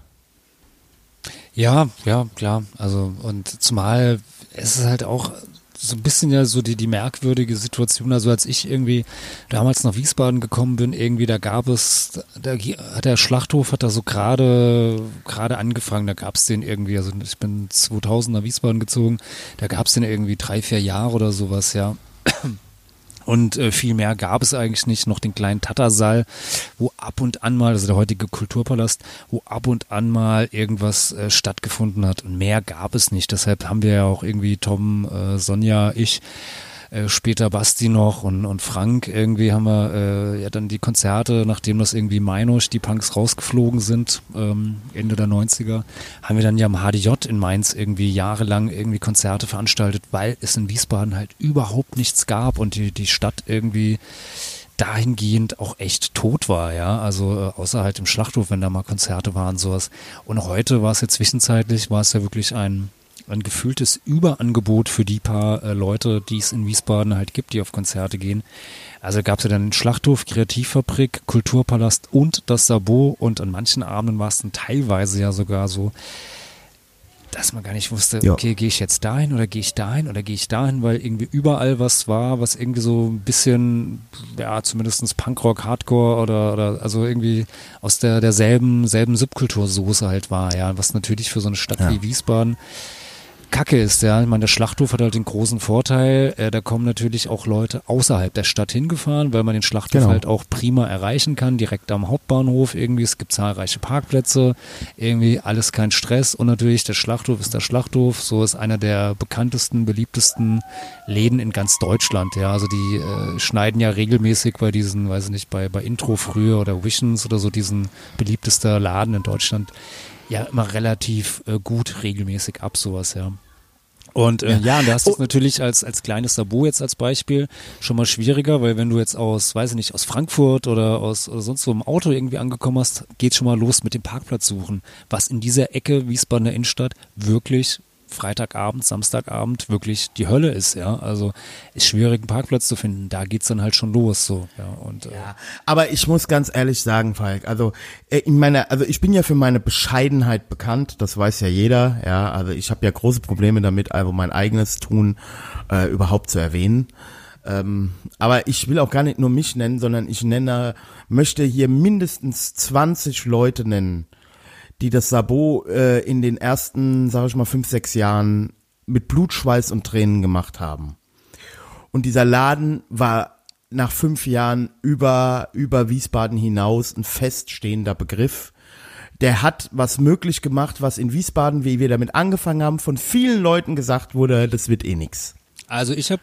Ja, klar, also und zumal es ist halt auch so ein bisschen ja so die merkwürdige Situation, also als ich irgendwie damals nach Wiesbaden gekommen bin, irgendwie da hat der Schlachthof hat da so gerade angefangen, da gab es den irgendwie, also ich bin 2000 nach Wiesbaden gezogen, da gab es den irgendwie 3-4 Jahre oder sowas, ja. Und viel mehr gab es eigentlich nicht, noch den kleinen Tattersaal, wo ab und an mal, also der heutige Kulturpalast, wo ab und an mal irgendwas stattgefunden hat und mehr gab es nicht. Deshalb haben wir ja auch irgendwie Tom, Sonja, ich, später Basti noch und Frank, irgendwie haben wir ja dann die Konzerte, nachdem das irgendwie Mainusch, die Punks rausgeflogen sind, Ende der 90er, haben wir dann ja am HDJ in Mainz irgendwie jahrelang irgendwie Konzerte veranstaltet, weil es in Wiesbaden halt überhaupt nichts gab und die Stadt irgendwie dahingehend auch echt tot war, ja, also außer halt im Schlachthof, wenn da mal Konzerte waren, sowas. Und heute war es ja zwischenzeitlich, war es ja wirklich ein gefühltes Überangebot für die paar Leute, die es in Wiesbaden halt gibt, die auf Konzerte gehen. Also gab es ja dann den Schlachthof, Kreativfabrik, Kulturpalast und das Sabot und an manchen Abenden war es dann teilweise ja sogar so, dass man gar nicht wusste, okay, gehe ich jetzt dahin oder gehe ich dahin oder gehe ich dahin, weil irgendwie überall was war, was irgendwie so ein bisschen, ja, zumindest Punkrock, Hardcore oder also irgendwie aus derselben Subkultursoße halt war, ja, was natürlich für so eine Stadt wie Wiesbaden Kacke ist, ja. Ich meine, der Schlachthof hat halt den großen Vorteil, da kommen natürlich auch Leute außerhalb der Stadt hingefahren, weil man den Schlachthof halt auch prima erreichen kann, direkt am Hauptbahnhof irgendwie. Es gibt zahlreiche Parkplätze, irgendwie alles kein Stress und natürlich der Schlachthof ist der Schlachthof, so ist einer der bekanntesten, beliebtesten Läden in ganz Deutschland, ja. Also die schneiden ja regelmäßig bei diesen, weiß ich nicht, bei Intro früher oder Visions oder so, diesen beliebtester Laden in Deutschland, ja immer relativ gut regelmäßig ab, sowas, ja. Und und da hast du es natürlich als kleines Sabot jetzt als Beispiel schon mal schwieriger, weil wenn du jetzt aus Frankfurt oder sonst wo im Auto irgendwie angekommen hast, geht schon mal los mit dem Parkplatz suchen, was in dieser Ecke Wiesbadener Innenstadt wirklich Freitagabend, Samstagabend wirklich die Hölle ist, ja. Also ist schwierig, einen Parkplatz zu finden. Da geht's dann halt schon los, so, ja. Und aber ich muss ganz ehrlich sagen, Falk, also ich bin ja für meine Bescheidenheit bekannt, das weiß ja jeder, ja. Also ich habe ja große Probleme damit, also mein eigenes Tun überhaupt zu erwähnen. Aber ich will auch gar nicht nur mich nennen, sondern möchte hier mindestens 20 Leute nennen, die das Sabot in den ersten, sag ich mal, 5-6 Jahren mit Blut, Schweiß und Tränen gemacht haben. Und dieser Laden war nach 5 Jahren über Wiesbaden hinaus ein feststehender Begriff. Der hat was möglich gemacht, was in Wiesbaden, wie wir damit angefangen haben, von vielen Leuten gesagt wurde, das wird eh nix. Also ich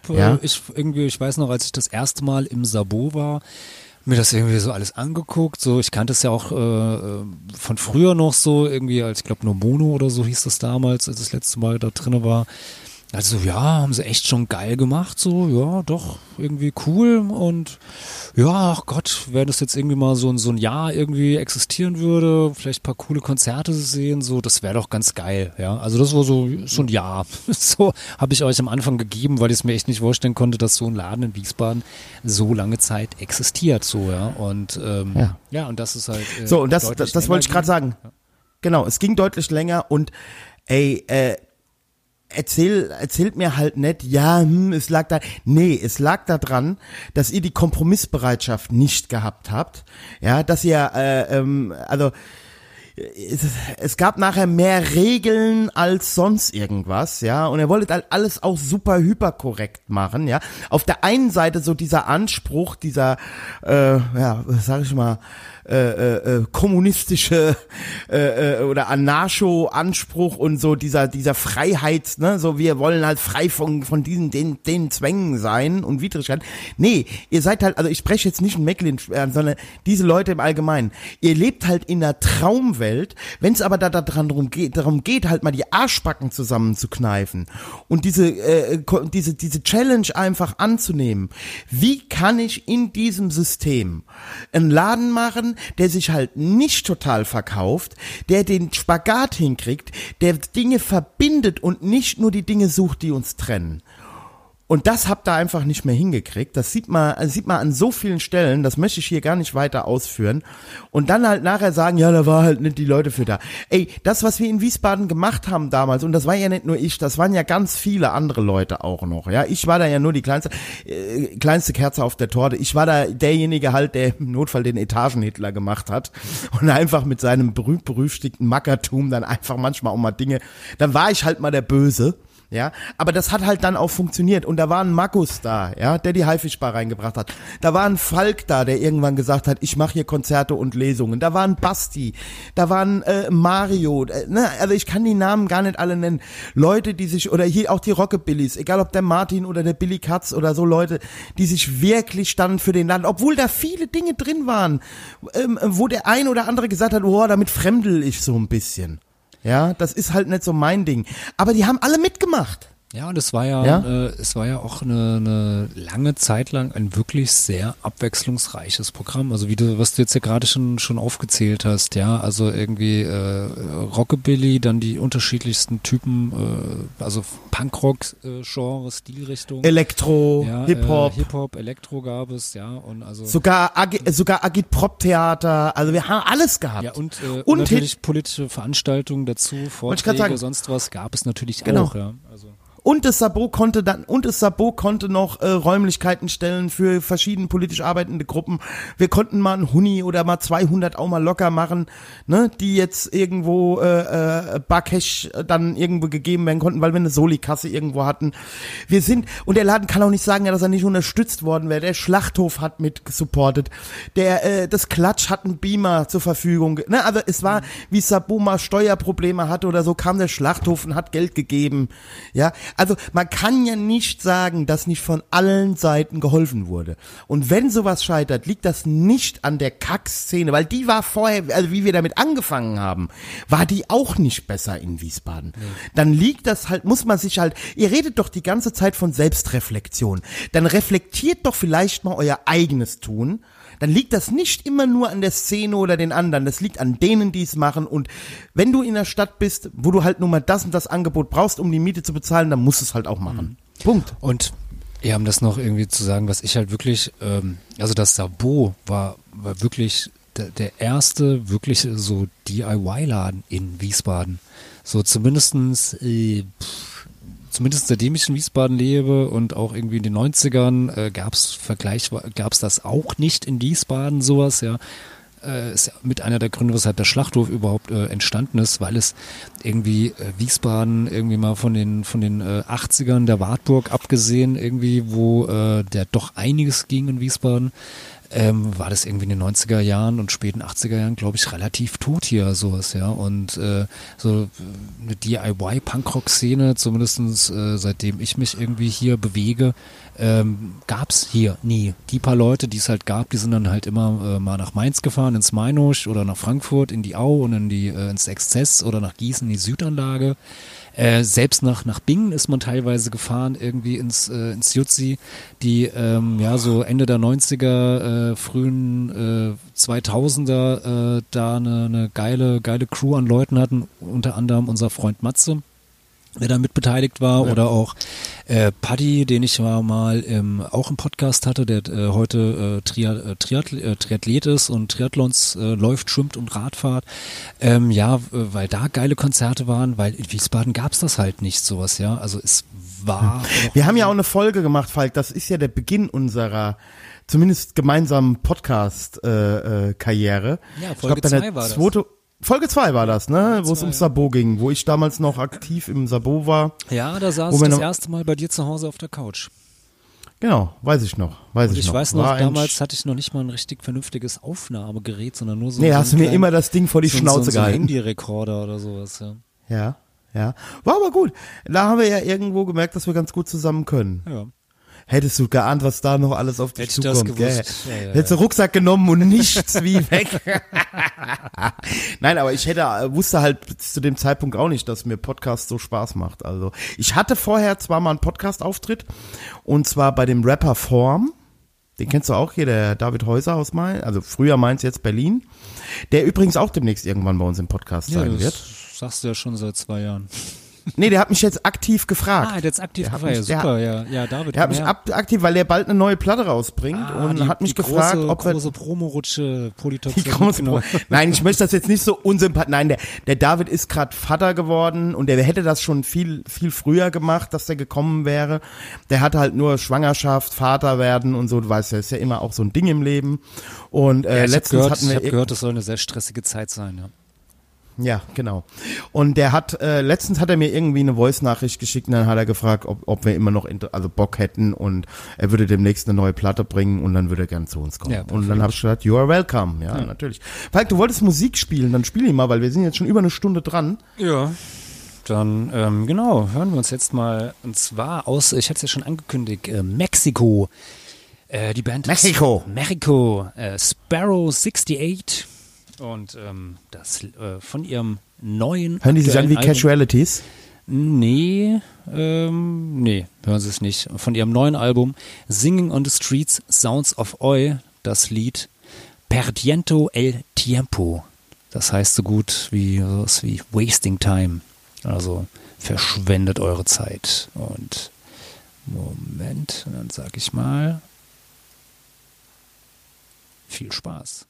weiß noch, als ich das erste Mal im Sabot war, mir das irgendwie so alles angeguckt, so ich kannte es ja auch von früher noch so irgendwie, als ich glaube nur Mono oder so hieß das damals, als das letzte Mal da drin war. Also ja, haben sie echt schon geil gemacht, so, ja, doch, irgendwie cool und ja, ach Gott, wenn das jetzt irgendwie mal so ein Jahr irgendwie existieren würde, vielleicht ein paar coole Konzerte sehen, so, das wäre doch ganz geil, ja, also das war so ein Jahr, so habe ich euch am Anfang gegeben, weil ich es mir echt nicht vorstellen konnte, dass so ein Laden in Wiesbaden so lange Zeit existiert, so, ja, und und das ist halt so, und das wollte ich gerade sagen, genau, es ging deutlich länger und erzählt mir halt nicht, es lag da, nee, es lag da dran, dass ihr die Kompromissbereitschaft nicht gehabt habt, ja, dass ihr, es gab nachher mehr Regeln als sonst irgendwas, ja, und ihr wolltet halt alles auch super hyperkorrekt machen, ja. Auf der einen Seite so dieser Anspruch, dieser, sag ich mal, kommunistische oder Anarcho-Anspruch und so dieser Freiheit, ne, so wir wollen halt frei von diesen den Zwängen sein und Widrigkeiten. Nee, ihr seid halt, also ich spreche jetzt nicht in Mecklenburg, sondern diese Leute im Allgemeinen. Ihr lebt halt in einer Traumwelt, Welt. Wenn es aber darum geht, halt mal die Arschbacken zusammenzukneifen und diese Challenge einfach anzunehmen. Wie kann ich in diesem System einen Laden machen, der sich halt nicht total verkauft, der den Spagat hinkriegt, der Dinge verbindet und nicht nur die Dinge sucht, die uns trennen. Und das habt ihr einfach nicht mehr hingekriegt. Das sieht man an so vielen Stellen, das möchte ich hier gar nicht weiter ausführen. Und dann halt nachher sagen, ja, da war halt nicht die Leute für da. Ey, das, was wir in Wiesbaden gemacht haben damals, und das war ja nicht nur ich, das waren ja ganz viele andere Leute auch noch, ja. Ich war da ja nur die kleinste Kerze auf der Torte. Ich war da derjenige halt, der im Notfall den Etagenhitler gemacht hat und einfach mit seinem berühmt-berüchtigten Mackertum dann einfach manchmal auch mal Dinge, dann war ich halt mal der Böse. Ja, aber das hat halt dann auch funktioniert und da war ein Markus da, ja, der die Haifischbar reingebracht hat. Da war ein Falk da, der irgendwann gesagt hat, ich mache hier Konzerte und Lesungen. Da war ein Basti, da war ein Mario, also ich kann die Namen gar nicht alle nennen. Leute, die sich, oder hier auch die Rockabillys, egal ob der Martin oder der Billy Katz oder so Leute, die sich wirklich standen für den Land, obwohl da viele Dinge drin waren, wo der ein oder andere gesagt hat, oh, damit fremdel ich so ein bisschen. Ja, das ist halt nicht so mein Ding. Aber die haben alle mitgemacht. Ja, und es war ja auch eine lange Zeit lang ein wirklich sehr abwechslungsreiches Programm. Also was du jetzt ja gerade schon aufgezählt hast, ja, also irgendwie Rockabilly, dann die unterschiedlichsten Typen, also Punkrock-Genre, Stilrichtung. Elektro, ja, Hip-Hop. Elektro gab es, ja, und also sogar Agitprop-Theater, also wir haben alles gehabt. Ja, und natürlich politische Veranstaltungen dazu, Vorträge, sonst was gab es natürlich auch, ja. Also Und das Sabot konnte noch Räumlichkeiten stellen für verschieden politisch arbeitende Gruppen. Wir konnten mal einen Huni oder mal 200 auch mal locker machen, ne, die jetzt irgendwo Barcash dann irgendwo gegeben werden konnten, weil wir eine Soli-Kasse irgendwo hatten. Und der Laden kann auch nicht sagen, ja, dass er nicht unterstützt worden wäre. Der Schlachthof hat mit supportet. Das Klatsch hat einen Beamer zur Verfügung. Ne, also es war, wie Sabot mal Steuerprobleme hatte oder so, kam der Schlachthof und hat Geld gegeben. Ja, also man kann ja nicht sagen, dass nicht von allen Seiten geholfen wurde. Und wenn sowas scheitert, liegt das nicht an der Kackszene, weil die war vorher, also wie wir damit angefangen haben, war die auch nicht besser in Wiesbaden. Nee. Dann liegt das halt, muss man sich halt, ihr redet doch die ganze Zeit von Selbstreflexion. Dann reflektiert doch vielleicht mal euer eigenes Tun. Dann liegt das nicht immer nur an der Szene oder den anderen, das liegt an denen, die es machen. Und wenn du in der Stadt bist, wo du halt nur mal das und das Angebot brauchst, um die Miete zu bezahlen, dann musst du es halt auch machen. Punkt. Und um das noch irgendwie zu sagen, was ich halt wirklich, also das Sabot war wirklich der erste wirklich so DIY-Laden in Wiesbaden. So zumindestens seitdem ich in Wiesbaden lebe und auch irgendwie in den 90ern gab's das auch nicht in Wiesbaden, sowas, ja. Ist ja mit einer der Gründe, weshalb der Schlachthof überhaupt entstanden ist, weil es irgendwie Wiesbaden irgendwie mal von den 80ern der Wartburg abgesehen irgendwie, wo der doch einiges ging in Wiesbaden, war das irgendwie in den 90er Jahren und späten 80er Jahren, glaube ich, relativ tot hier, sowas, ja. Und so eine DIY-Punkrock-Szene, zumindest seitdem ich mich irgendwie hier bewege, gab's hier nie. Die paar Leute, die es halt gab, die sind dann halt immer mal nach Mainz gefahren, ins Mainusch oder nach Frankfurt in die Au und ins Exzess oder nach Gießen in die Südanlage. Selbst nach Bingen ist man teilweise gefahren, irgendwie ins Jutzi, die so Ende der 90er, frühen 2000er da eine geile Crew an Leuten hatten, unter anderem unser Freund Matze, der da mit beteiligt war, ja. Oder auch Paddy, den ich mal auch im Podcast hatte, der heute Triathlet ist und Triathlons läuft, schwimmt und Radfahrt. Weil da geile Konzerte waren, weil in Wiesbaden gab's das halt nicht, sowas, ja. Also es war... Wir haben ja auch eine Folge gemacht, Falk, das ist ja der Beginn unserer zumindest gemeinsamen Podcast-Karriere. Ja, Folge 2 war das. Folge 2 war das, ne? Wo es um Sabot ging, wo ich damals noch aktiv im Sabot war. Ja, da saß ich das erste Mal bei dir zu Hause auf der Couch. Genau, weiß ich noch. Ich weiß noch, damals hatte ich noch nicht mal ein richtig vernünftiges Aufnahmegerät, sondern nur so hast du mir immer das Ding vor die Schnauze gehalten. So ein Handy-Rekorder oder sowas, ja. Ja. War aber gut. Da haben wir ja irgendwo gemerkt, dass wir ganz gut zusammen können. Ja. Hättest du geahnt, was da noch alles auf dich zukommt, gell? Ja. Hättest du Rucksack genommen und nichts wie weg. Nein, aber ich wusste halt zu dem Zeitpunkt auch nicht, dass mir Podcast so Spaß macht. Also ich hatte vorher zwar mal einen Podcast-Auftritt und zwar bei dem Rapper Form. Den kennst du auch hier, der David Häuser aus Mainz, also früher Mainz, jetzt Berlin. Der übrigens auch demnächst irgendwann bei uns im Podcast sein wird. Das sagst du ja schon seit 2 Jahren. Nee, der hat mich jetzt aktiv gefragt. Der hat jetzt aktiv gefragt, ja, super, ja, David. Der hat mich aktiv, weil er bald eine neue Platte rausbringt und hat mich gefragt, ob wir... Die große Promorutsche Polytox. Nein, ich möchte das jetzt nicht so unsympathisch... Nein, der David ist gerade Vater geworden und der hätte das schon viel, viel früher gemacht, dass der gekommen wäre. Der hatte halt nur Schwangerschaft, Vater werden und so, du weißt ja, ist ja immer auch so ein Ding im Leben. Und letztens hatten wir... Ich habe gehört, das soll eine sehr stressige Zeit sein, ja. Ja, genau. Und der hat, letztens hat er mir irgendwie eine Voice-Nachricht geschickt und dann hat er gefragt, ob wir immer noch Bock hätten und er würde demnächst eine neue Platte bringen und dann würde er gern zu uns kommen. Ja, und dann habe ich gesagt, you are welcome. Ja, natürlich. Falk, du wolltest Musik spielen, dann spiel die mal, weil wir sind jetzt schon über eine Stunde dran. Ja. Dann, hören wir uns jetzt mal, und zwar aus, ich hatte es ja schon angekündigt, Mexiko. Die Band Mexiko. Sparrow 68. Und das von ihrem neuen... Hören die sich an wie Album, Casualities? Nee, hören sie es nicht. Von ihrem neuen Album Singing on the Streets, Sounds of Oi, das Lied Perdiendo el Tiempo. Das heißt so gut wie Wasting Time. Also verschwendet eure Zeit. Und Moment, dann sag ich mal viel Spaß.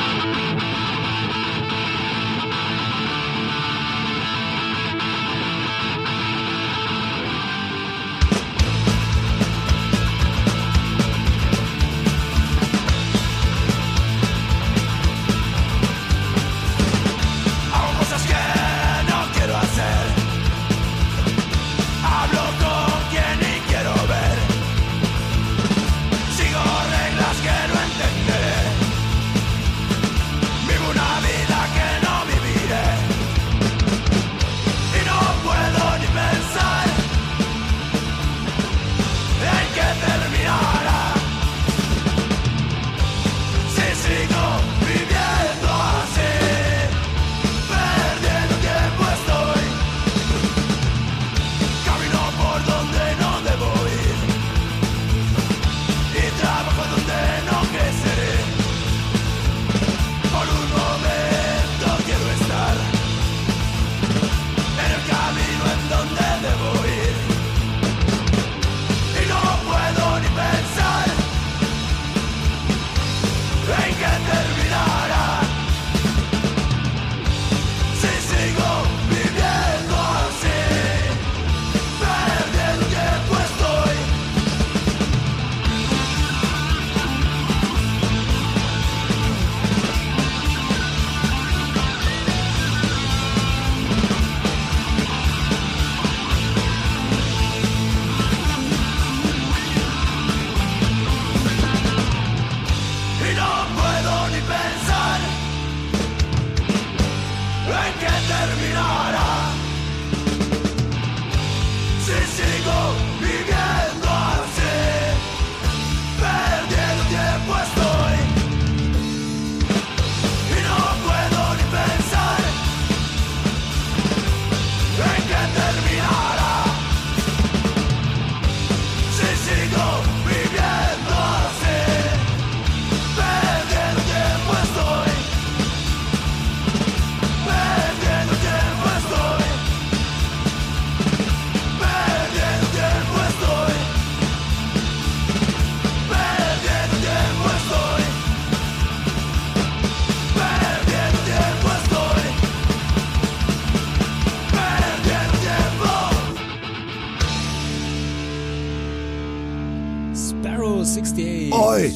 Sparrow 68.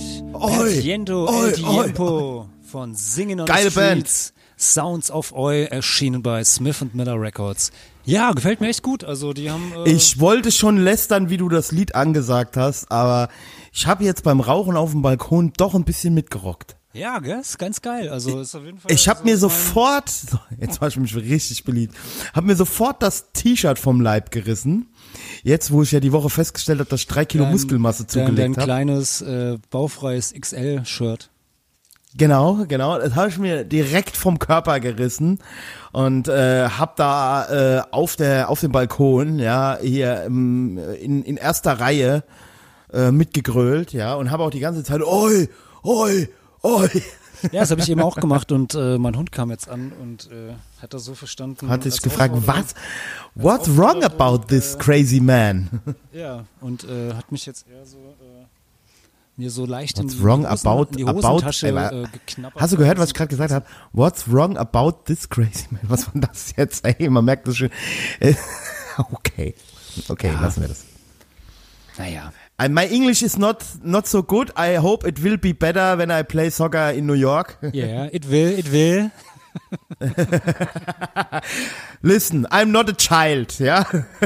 Perdiendo el Tiempo von Singing on the Streets. Sounds of Oi, erschienen bei Smith & Miller Records. Ja, gefällt mir echt gut. Also die haben. Ich wollte schon lästern, wie du das Lied angesagt hast, aber ich habe jetzt beim Rauchen auf dem Balkon doch ein bisschen mitgerockt. Ja, gell? Ist ganz geil. Also ist auf jeden Fall. Ich habe mir sofort, jetzt war ich mich richtig beliebt, habe mir sofort das T-Shirt vom Leib gerissen. Jetzt, wo ich ja die Woche festgestellt habe, dass ich 3 Kilo Muskelmasse zugelegt habe. Dein kleines, baufreies XL-Shirt. Genau. Das habe ich mir direkt vom Körper gerissen und hab da auf dem Balkon, ja, hier in erster Reihe mitgegrölt, ja, und habe auch die ganze Zeit oi. Ja, das habe ich eben auch gemacht und mein Hund kam jetzt an und hat das so verstanden. Hat sich gefragt, what's wrong about this crazy man? Ja, und hat mich jetzt eher so mir so leicht in die Hosentasche geknabbert. Hast du gehört, was ich gerade gesagt habe? What's wrong about this crazy man? Was war das jetzt? Ey, man merkt das schon. Okay, ja. Lassen wir das. Naja. My English is not so good. I hope it will be better when I play soccer in New York. Yeah, it will. Listen, I'm not a child, ja?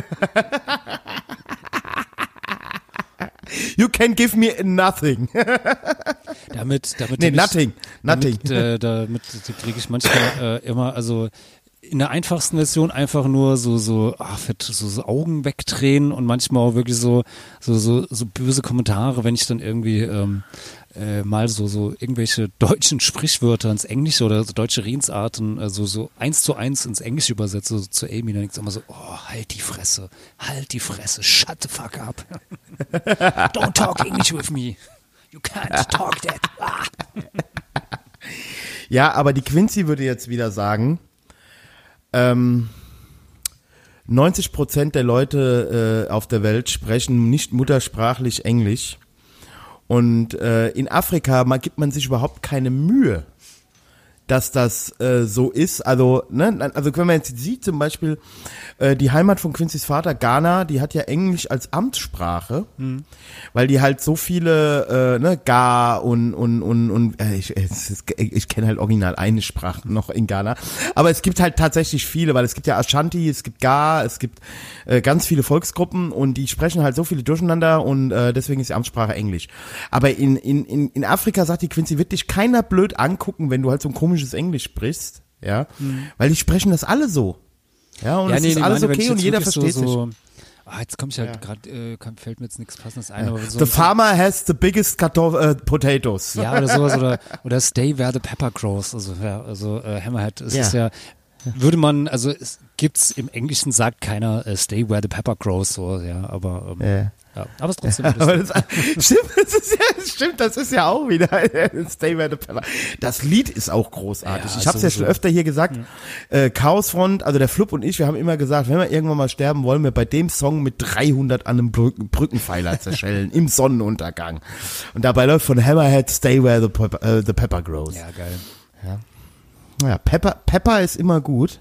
You can give me nothing. Damit nothing. Damit kriege ich manchmal immer, also in der einfachsten Version einfach nur so Augen wegdrehen und manchmal auch wirklich so böse Kommentare, wenn ich dann irgendwie mal so irgendwelche deutschen Sprichwörter ins Englische oder so deutsche Redensarten so 1:1 ins Englische übersetze, so zu Amy, dann denke ich immer so, halt die Fresse, shut the fuck up. Don't talk English with me. You can't talk that. Ja, aber die Quincy würde jetzt wieder sagen, 90% der Leute auf der Welt sprechen nicht muttersprachlich Englisch. Und in Afrika gibt man sich überhaupt keine Mühe, dass das so ist. Also, ne, also wenn man jetzt sieht, zum Beispiel die Heimat von Quincy's Vater, Ghana, die hat ja Englisch als Amtssprache, weil die halt so viele Ga und ich kenne halt original eine Sprache noch in Ghana, aber es gibt halt tatsächlich viele, weil es gibt ja Ashanti, es gibt Ga, es gibt ganz viele Volksgruppen und die sprechen halt so viele durcheinander und deswegen ist die Amtssprache Englisch. Aber in Afrika sagt die Quincy, wird dich keiner blöd angucken, wenn du halt so ein komisches Englisch sprichst, ja, weil die sprechen das alle so. Ja, und es ist alles okay und jeder versteht sich. Jetzt komme ich halt gerade, fällt mir jetzt nichts Passendes ein. Aber the farmer has the biggest potatoes. Ja, oder sowas, oder stay where the pepper grows. Also Hammerhead, ist ja, würde man, also es gibt's im Englischen, sagt keiner stay where the pepper grows, so, ja, aber ja, aber es ist trotzdem stimmt, das ist ja auch wieder Stay Where the Pepper. Das Lied ist auch großartig. Ja, ich habe es ja schon öfter hier gesagt. Chaosfront, also der Flup und ich, wir haben immer gesagt, wenn wir irgendwann mal sterben, wollen wir bei dem Song mit 300 an einem Brückenpfeiler zerschellen im Sonnenuntergang. Und dabei läuft von Hammerhead Stay Where the Pepper Grows. Ja, geil. Ja, Pepper ist immer gut.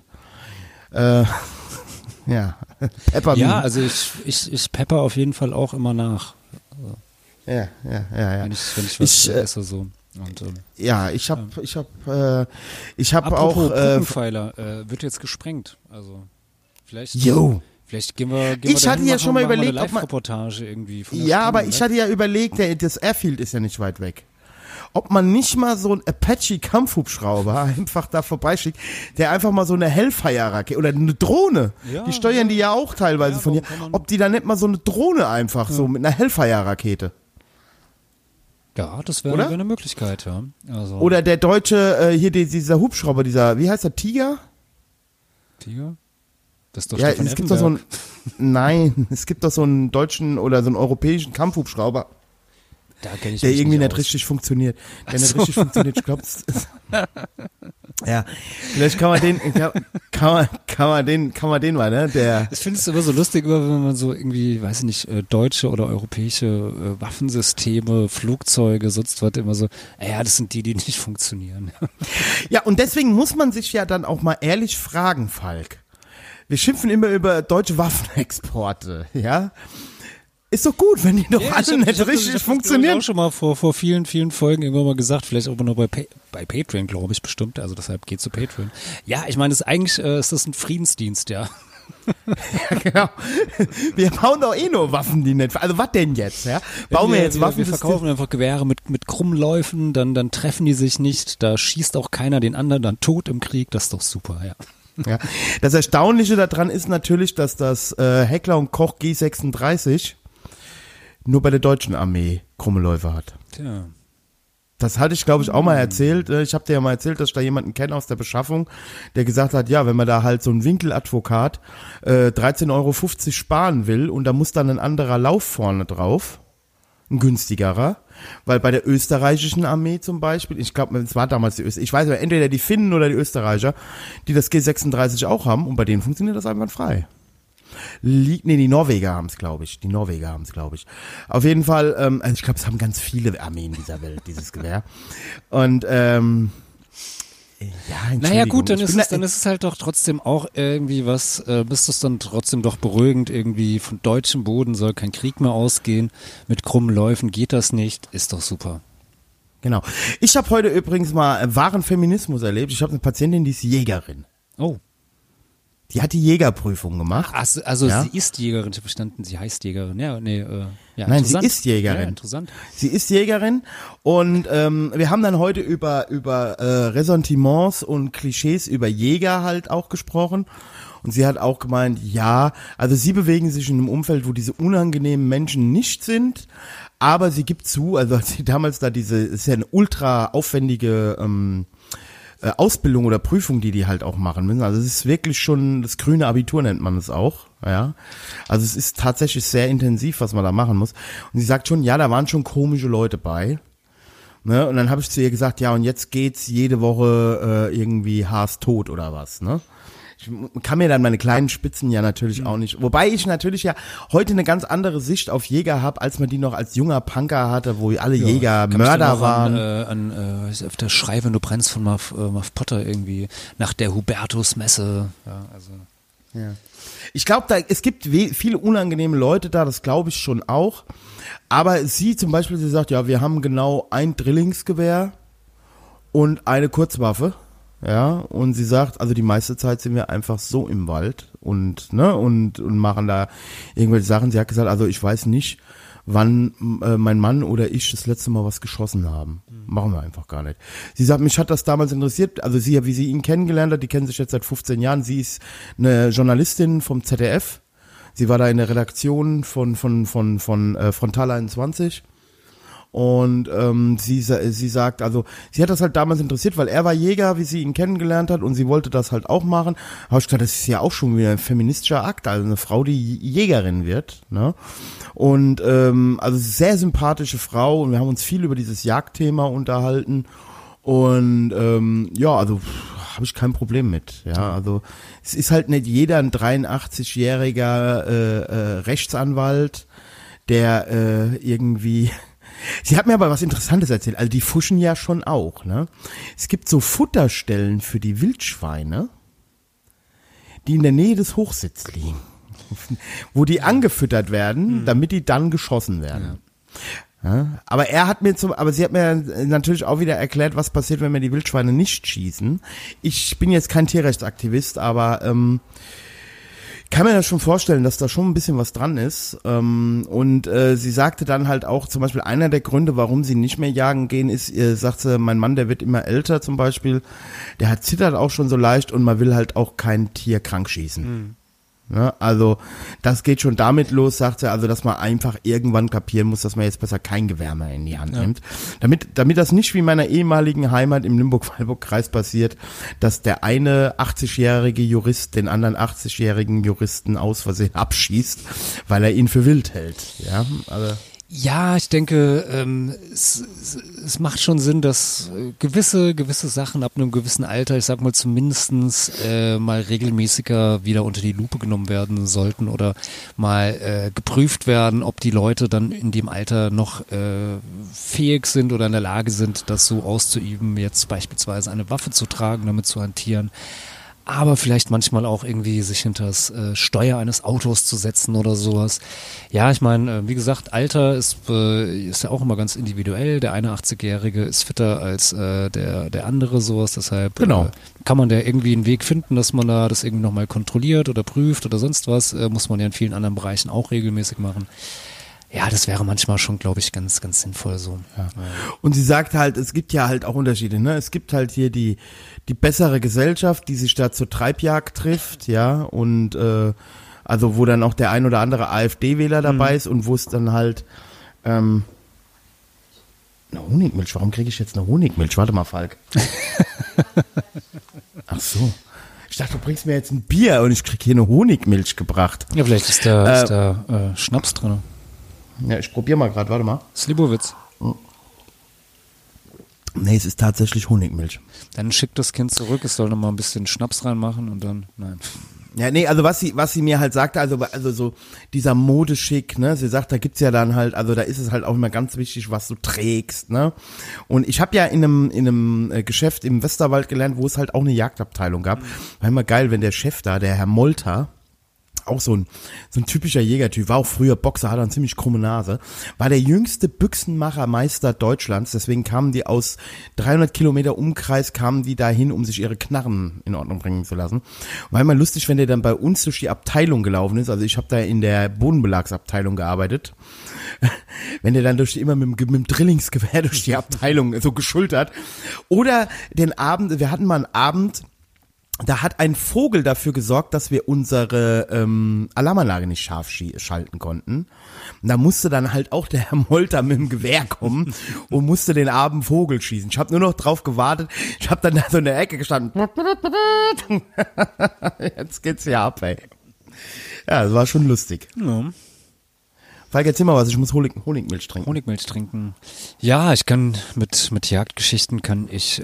Ja, Pepper. Ja, also ich pepper auf jeden Fall auch immer nach. Ja. Wenn ich was esse so. Und, ja, ich habe apropos auch Brückenpfeiler wird jetzt gesprengt. Also vielleicht gehen wir ich hatte ja schon mal überlegt, eine Live-Reportage irgendwie von der ja, Sprung, aber ich hatte ja überlegt, das Airfield ist ja nicht weit weg. Ob man nicht mal so einen Apache-Kampfhubschrauber einfach da vorbeischickt, der einfach mal so eine Hellfire-Rakete oder eine Drohne, die steuern die ja auch teilweise von hier, ob die da nicht mal so eine Drohne einfach so mit einer Hellfire-Rakete. Ja, das wäre eine Möglichkeit, ja. Also. Oder der deutsche, hier dieser Hubschrauber, wie heißt der, Tiger? Tiger? Das ist doch ja, es gibt doch es gibt doch so einen deutschen oder so einen europäischen Kampfhubschrauber. Der irgendwie nicht richtig funktioniert. Ich glaube, ja, vielleicht kann man den mal, ne? Das findest du immer so lustig, wenn man so irgendwie, weiß ich nicht, deutsche oder europäische Waffensysteme, Flugzeuge, sonst was immer so, das sind die nicht funktionieren. Ja, und deswegen muss man sich ja dann auch mal ehrlich fragen, Falk. Wir schimpfen immer über deutsche Waffenexporte, ja? Ist doch gut, wenn die doch alle nicht richtig funktionieren. Ich habe schon mal vor vielen, vielen Folgen irgendwann mal gesagt, vielleicht auch nur bei Patreon, glaube ich, bestimmt, also deshalb geht zu Patreon. Ja, ich meine, eigentlich ist das ein Friedensdienst, ja. Ja, genau. Wir bauen doch eh nur Waffen, die nicht. Also was denn jetzt? Ja? Bauen wir jetzt Waffen? Wir verkaufen einfach Gewehre mit Krummläufen, dann treffen die sich nicht, da schießt auch keiner den anderen dann tot im Krieg, das ist doch super, ja. Ja. Das Erstaunliche daran ist natürlich, dass das Heckler und Koch G36 nur bei der deutschen Armee krumme Läufe hat. Tja. Das hatte ich, glaube ich, auch mal erzählt. Ich habe dir ja mal erzählt, dass ich da jemanden kenne aus der Beschaffung, der gesagt hat, ja, wenn man da halt so einen Winkeladvokat 13,50 Euro sparen will und da muss dann ein anderer Lauf vorne drauf, ein günstigerer, weil bei der österreichischen Armee zum Beispiel, ich glaube, es war damals die Österreicher, ich weiß nicht, entweder die Finnen oder die Österreicher, die das G36 auch haben und bei denen funktioniert das einwandfrei. Die Norweger haben es, glaube ich. Auf jeden Fall, also ich glaube, es haben ganz viele Armeen dieser Welt, dieses Gewehr. Und ja, naja gut, dann ist es halt doch trotzdem auch irgendwie was, bist du es dann trotzdem doch beruhigend, irgendwie von deutschem Boden soll kein Krieg mehr ausgehen, mit krummen Läufen geht das nicht, ist doch super. Genau. Ich habe heute übrigens mal wahren Feminismus erlebt. Ich habe eine Patientin, die ist Jägerin. Oh. Die hat die Jägerprüfung gemacht. Also ja? Sie ist Jägerin, ich habe verstanden, sie heißt Jägerin. Ja, ja, nein, sie ist Jägerin. Ja, interessant. Sie ist Jägerin und wir haben dann heute über Ressentiments und Klischees über Jäger halt auch gesprochen. Und sie hat auch gemeint, ja, also sie bewegen sich in einem Umfeld, wo diese unangenehmen Menschen nicht sind, aber sie gibt zu, also als sie damals da ist ja eine ultra aufwendige Ausbildung oder Prüfung, die halt auch machen müssen. Also es ist wirklich schon, das grüne Abitur nennt man es auch, ja. Also es ist tatsächlich sehr intensiv, was man da machen muss. Und sie sagt schon, ja, da waren schon komische Leute bei. Ne? Und dann habe ich zu ihr gesagt, ja, und jetzt geht's jede Woche irgendwie Haas tot oder was, ne? Ich kann mir dann meine kleinen Spitzen ja natürlich auch nicht, wobei ich natürlich ja heute eine ganz andere Sicht auf Jäger habe, als man die noch als junger Punker hatte, wo alle Jäger Mörder waren. Auf der Schrei, wenn du brennst von Muff Potter irgendwie, nach der Hubertusmesse. Ja, also. Ja. Ich glaube, es gibt viele unangenehme Leute da, das glaube ich schon auch. Aber sie zum Beispiel, sie sagt, ja, wir haben genau ein Drillingsgewehr und eine Kurzwaffe. Ja, und sie sagt, also die meiste Zeit sind wir einfach so im Wald und machen da irgendwelche Sachen. Sie hat gesagt, also ich weiß nicht, wann mein Mann oder ich das letzte Mal was geschossen haben. Machen wir einfach gar nicht. Sie sagt, mich hat das damals interessiert, also sie, wie sie ihn kennengelernt hat, die kennen sich jetzt seit 15 Jahren. Sie ist eine Journalistin vom ZDF. Sie war da in der Redaktion von Frontal 21. Und sie sagt, also sie hat das halt damals interessiert, weil er war Jäger, wie sie ihn kennengelernt hat und sie wollte das halt auch machen. Habe ich gesagt, das ist ja auch schon wieder ein feministischer Akt, also eine Frau, die Jägerin wird, ne? Und also sehr sympathische Frau und wir haben uns viel über dieses Jagdthema unterhalten und ja, also habe ich kein Problem mit, ja, also es ist halt nicht jeder ein 83-jähriger Rechtsanwalt, der irgendwie. Sie hat mir aber was Interessantes erzählt. Also die fuschen ja schon auch, ne? Es gibt so Futterstellen für die Wildschweine, die in der Nähe des Hochsitzes liegen, wo die angefüttert werden, damit die dann geschossen werden. Ja, aber sie hat mir natürlich auch wieder erklärt, was passiert, wenn wir die Wildschweine nicht schießen. Ich bin jetzt kein Tierrechtsaktivist, aber kann mir das schon vorstellen, dass da schon ein bisschen was dran ist. Und sie sagte dann halt auch, zum Beispiel einer der Gründe, warum sie nicht mehr jagen gehen, ist, sagt sie, mein Mann, der wird immer älter zum Beispiel, der zittert auch schon so leicht und man will halt auch kein Tier krank schießen. Ja, also das geht schon damit los, sagt sie, also dass man einfach irgendwann kapieren muss, dass man jetzt besser kein Gewehr mehr in die Hand nimmt. Damit das nicht wie in meiner ehemaligen Heimat im Limburg-Weilburg-Kreis passiert, dass der eine 80-jährige Jurist den anderen 80-jährigen Juristen aus Versehen abschießt, weil er ihn für wild hält. Ja, also ja, ich denke, es macht schon Sinn, dass gewisse Sachen ab einem gewissen Alter, ich sag mal zumindestens mal regelmäßiger wieder unter die Lupe genommen werden sollten oder mal geprüft werden, ob die Leute dann in dem Alter noch fähig sind oder in der Lage sind, das so auszuüben, jetzt beispielsweise eine Waffe zu tragen, damit zu hantieren. aber vielleicht manchmal auch irgendwie sich hinter das Steuer eines Autos zu setzen oder sowas. Ja, ich meine, wie gesagt, Alter ist ja auch immer ganz individuell. Der eine 80-Jährige ist fitter als der andere, sowas. Deshalb Genau. Kann man da irgendwie einen Weg finden, dass man da das irgendwie nochmal kontrolliert oder prüft oder sonst was. Muss man ja in vielen anderen Bereichen auch regelmäßig machen. Ja, das wäre manchmal schon, glaube ich, ganz, ganz sinnvoll so. Ja. Und sie sagt halt, es gibt ja halt auch Unterschiede, ne? Es gibt halt hier die bessere Gesellschaft, die sich da zur Treibjagd trifft, ja, und also wo dann auch der ein oder andere AfD-Wähler dabei ist und wo es dann halt eine Honigmilch, warum kriege ich jetzt eine Honigmilch? Warte mal, Falk. Ach so. Ich dachte, du bringst mir jetzt ein Bier und ich krieg hier eine Honigmilch gebracht. Ja, vielleicht ist da Schnaps drin. Ja, ich probiere mal gerade, warte mal. Slivovitz. Nee, es ist tatsächlich Honigmilch. Dann schickt das Kind zurück, es soll nochmal ein bisschen Schnaps reinmachen und dann, nein. Ja, nee, also was sie mir halt sagte, also so dieser Modeschick, ne, sie sagt, da gibt's ja dann halt, also da ist es halt auch immer ganz wichtig, was du trägst, ne. Und ich habe ja in einem Geschäft im Westerwald gelernt, wo es halt auch eine Jagdabteilung gab. War immer geil, wenn der Chef da, der Herr Molter, auch so ein typischer Jägertyp, war auch früher Boxer, hat eine ziemlich krumme Nase, war der jüngste Büchsenmachermeister Deutschlands, deswegen kamen die aus 300 Kilometer Umkreis, kamen die dahin, um sich ihre Knarren in Ordnung bringen zu lassen. War immer lustig, wenn der dann bei uns durch die Abteilung gelaufen ist, also ich habe da in der Bodenbelagsabteilung gearbeitet, wenn der dann immer mit dem Drillingsgewehr durch die Abteilung so geschultert, oder den Abend, wir hatten mal einen Abend, da hat ein Vogel dafür gesorgt, dass wir unsere Alarmanlage nicht scharf schalten konnten. Und da musste dann halt auch der Herr Molter mit dem Gewehr kommen und musste den Abend Vogel schießen. Ich habe nur noch drauf gewartet. Ich habe dann da so in der Ecke gestanden. Jetzt geht's ja ab, ey. Ja, das war schon lustig. Ja. Falk, erzähl mal was, ich muss Honigmilch trinken. Honigmilch trinken. Ja, ich kann mit Jagdgeschichten kann ich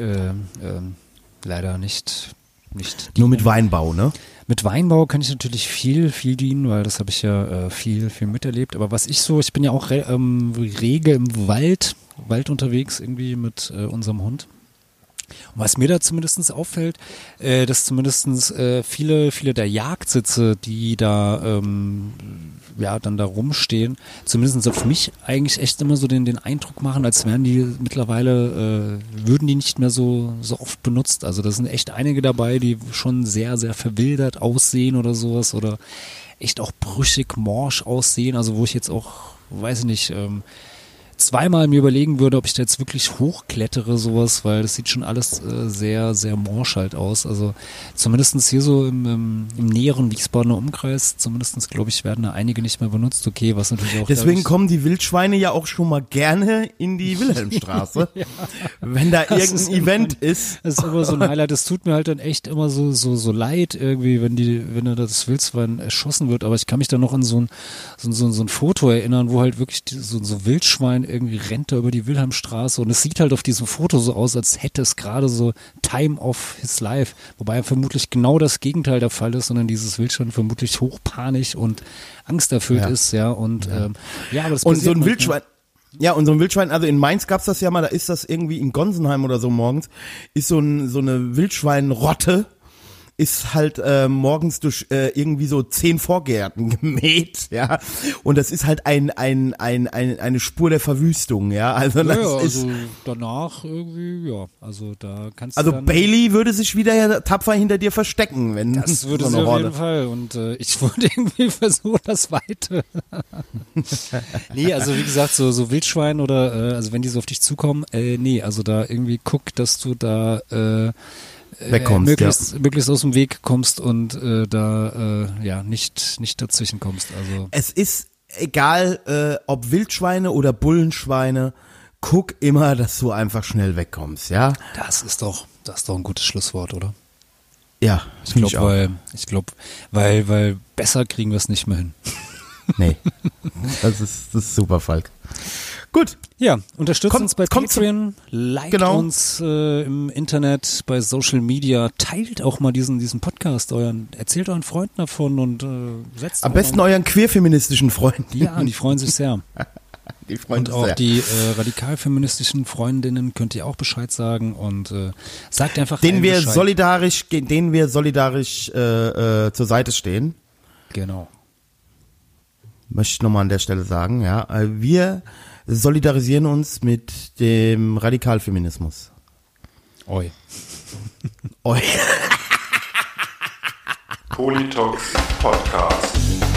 leider nicht nur mit Weinbau, ne? Mit Weinbau kann ich natürlich viel dienen, weil das habe ich ja viel miterlebt. Aber was ich bin ja auch rege im Wald unterwegs irgendwie mit unserem Hund. Und was mir da zumindest auffällt, dass zumindest viele der Jagdsitze, die da dann da rumstehen, zumindest auf mich eigentlich echt immer so den Eindruck machen, als wären die mittlerweile, würden die nicht mehr so oft benutzt. Also da sind echt einige dabei, die schon sehr, sehr verwildert aussehen oder sowas oder echt auch brüchig, morsch aussehen. Also wo ich jetzt auch, weiß ich nicht, zweimal mir überlegen würde, ob ich da jetzt wirklich hochklettere, sowas, weil das sieht schon alles sehr, sehr morsch halt aus. Also zumindestens hier so im näheren Wiesbadener Umkreis, zumindestens glaube ich, werden da einige nicht mehr benutzt. Okay, was natürlich auch... Deswegen kommen die Wildschweine ja auch schon mal gerne in die Wilhelmstraße, ja. Wenn da irgendein Event ist. Das ist immer so ein Highlight. Das tut mir halt dann echt immer so leid irgendwie, wenn da das Wildschwein erschossen wird. Aber ich kann mich da noch an so ein Foto erinnern, wo halt wirklich so Wildschwein irgendwie rennt da über die Wilhelmstraße und es sieht halt auf diesem Foto so aus, als hätte es gerade so Time of his life, wobei vermutlich genau das Gegenteil der Fall ist, sondern dieses Wildschwein vermutlich hochpanisch und angsterfüllt ist, ja, und aber das und so ein manchmal. Wildschwein, ja, und so ein Wildschwein, also in Mainz gab's das ja mal, da ist das irgendwie in Gonsenheim oder so morgens, ist so eine Wildschweinrotte, ist halt morgens durch irgendwie so 10 Vorgärten gemäht, ja, und das ist halt eine Spur der Verwüstung, ja, also das ist also danach irgendwie, ja, also da kannst du also dann, Bailey würde sich wieder tapfer hinter dir verstecken, wenn das würde so sie eine auf Horde. jeden Fall und ich würde irgendwie versuchen, das Weite. Nee, also wie gesagt, so Wildschwein oder also wenn die so auf dich zukommen, nee, also da irgendwie guck, dass du da wegkommst, möglichst aus dem Weg kommst und nicht dazwischen kommst. Also es ist egal, ob Wildschweine oder Bullenschweine, guck immer, dass du einfach schnell wegkommst, ja? das ist doch ein gutes Schlusswort, oder? Ja, Ich glaube, weil besser kriegen wir es nicht mehr hin. Nee, das ist super, Falk. Gut. Ja, unterstützt uns bei Patreon, liked genau. uns im Internet, bei Social Media, teilt auch mal diesen Podcast, erzählt euren Freunden davon und setzt am besten euren queerfeministischen Freunden. Ja, die freuen sich sehr. Die Freunde und auch sehr. die radikalfeministischen Freundinnen könnt ihr auch Bescheid sagen und sagt einfach denen wir Bescheid. solidarisch zur Seite stehen. Genau. Möchte ich nochmal an der Stelle sagen, ja. Wir solidarisieren uns mit dem Radikalfeminismus. Oi. Oi. Polytalks Podcast.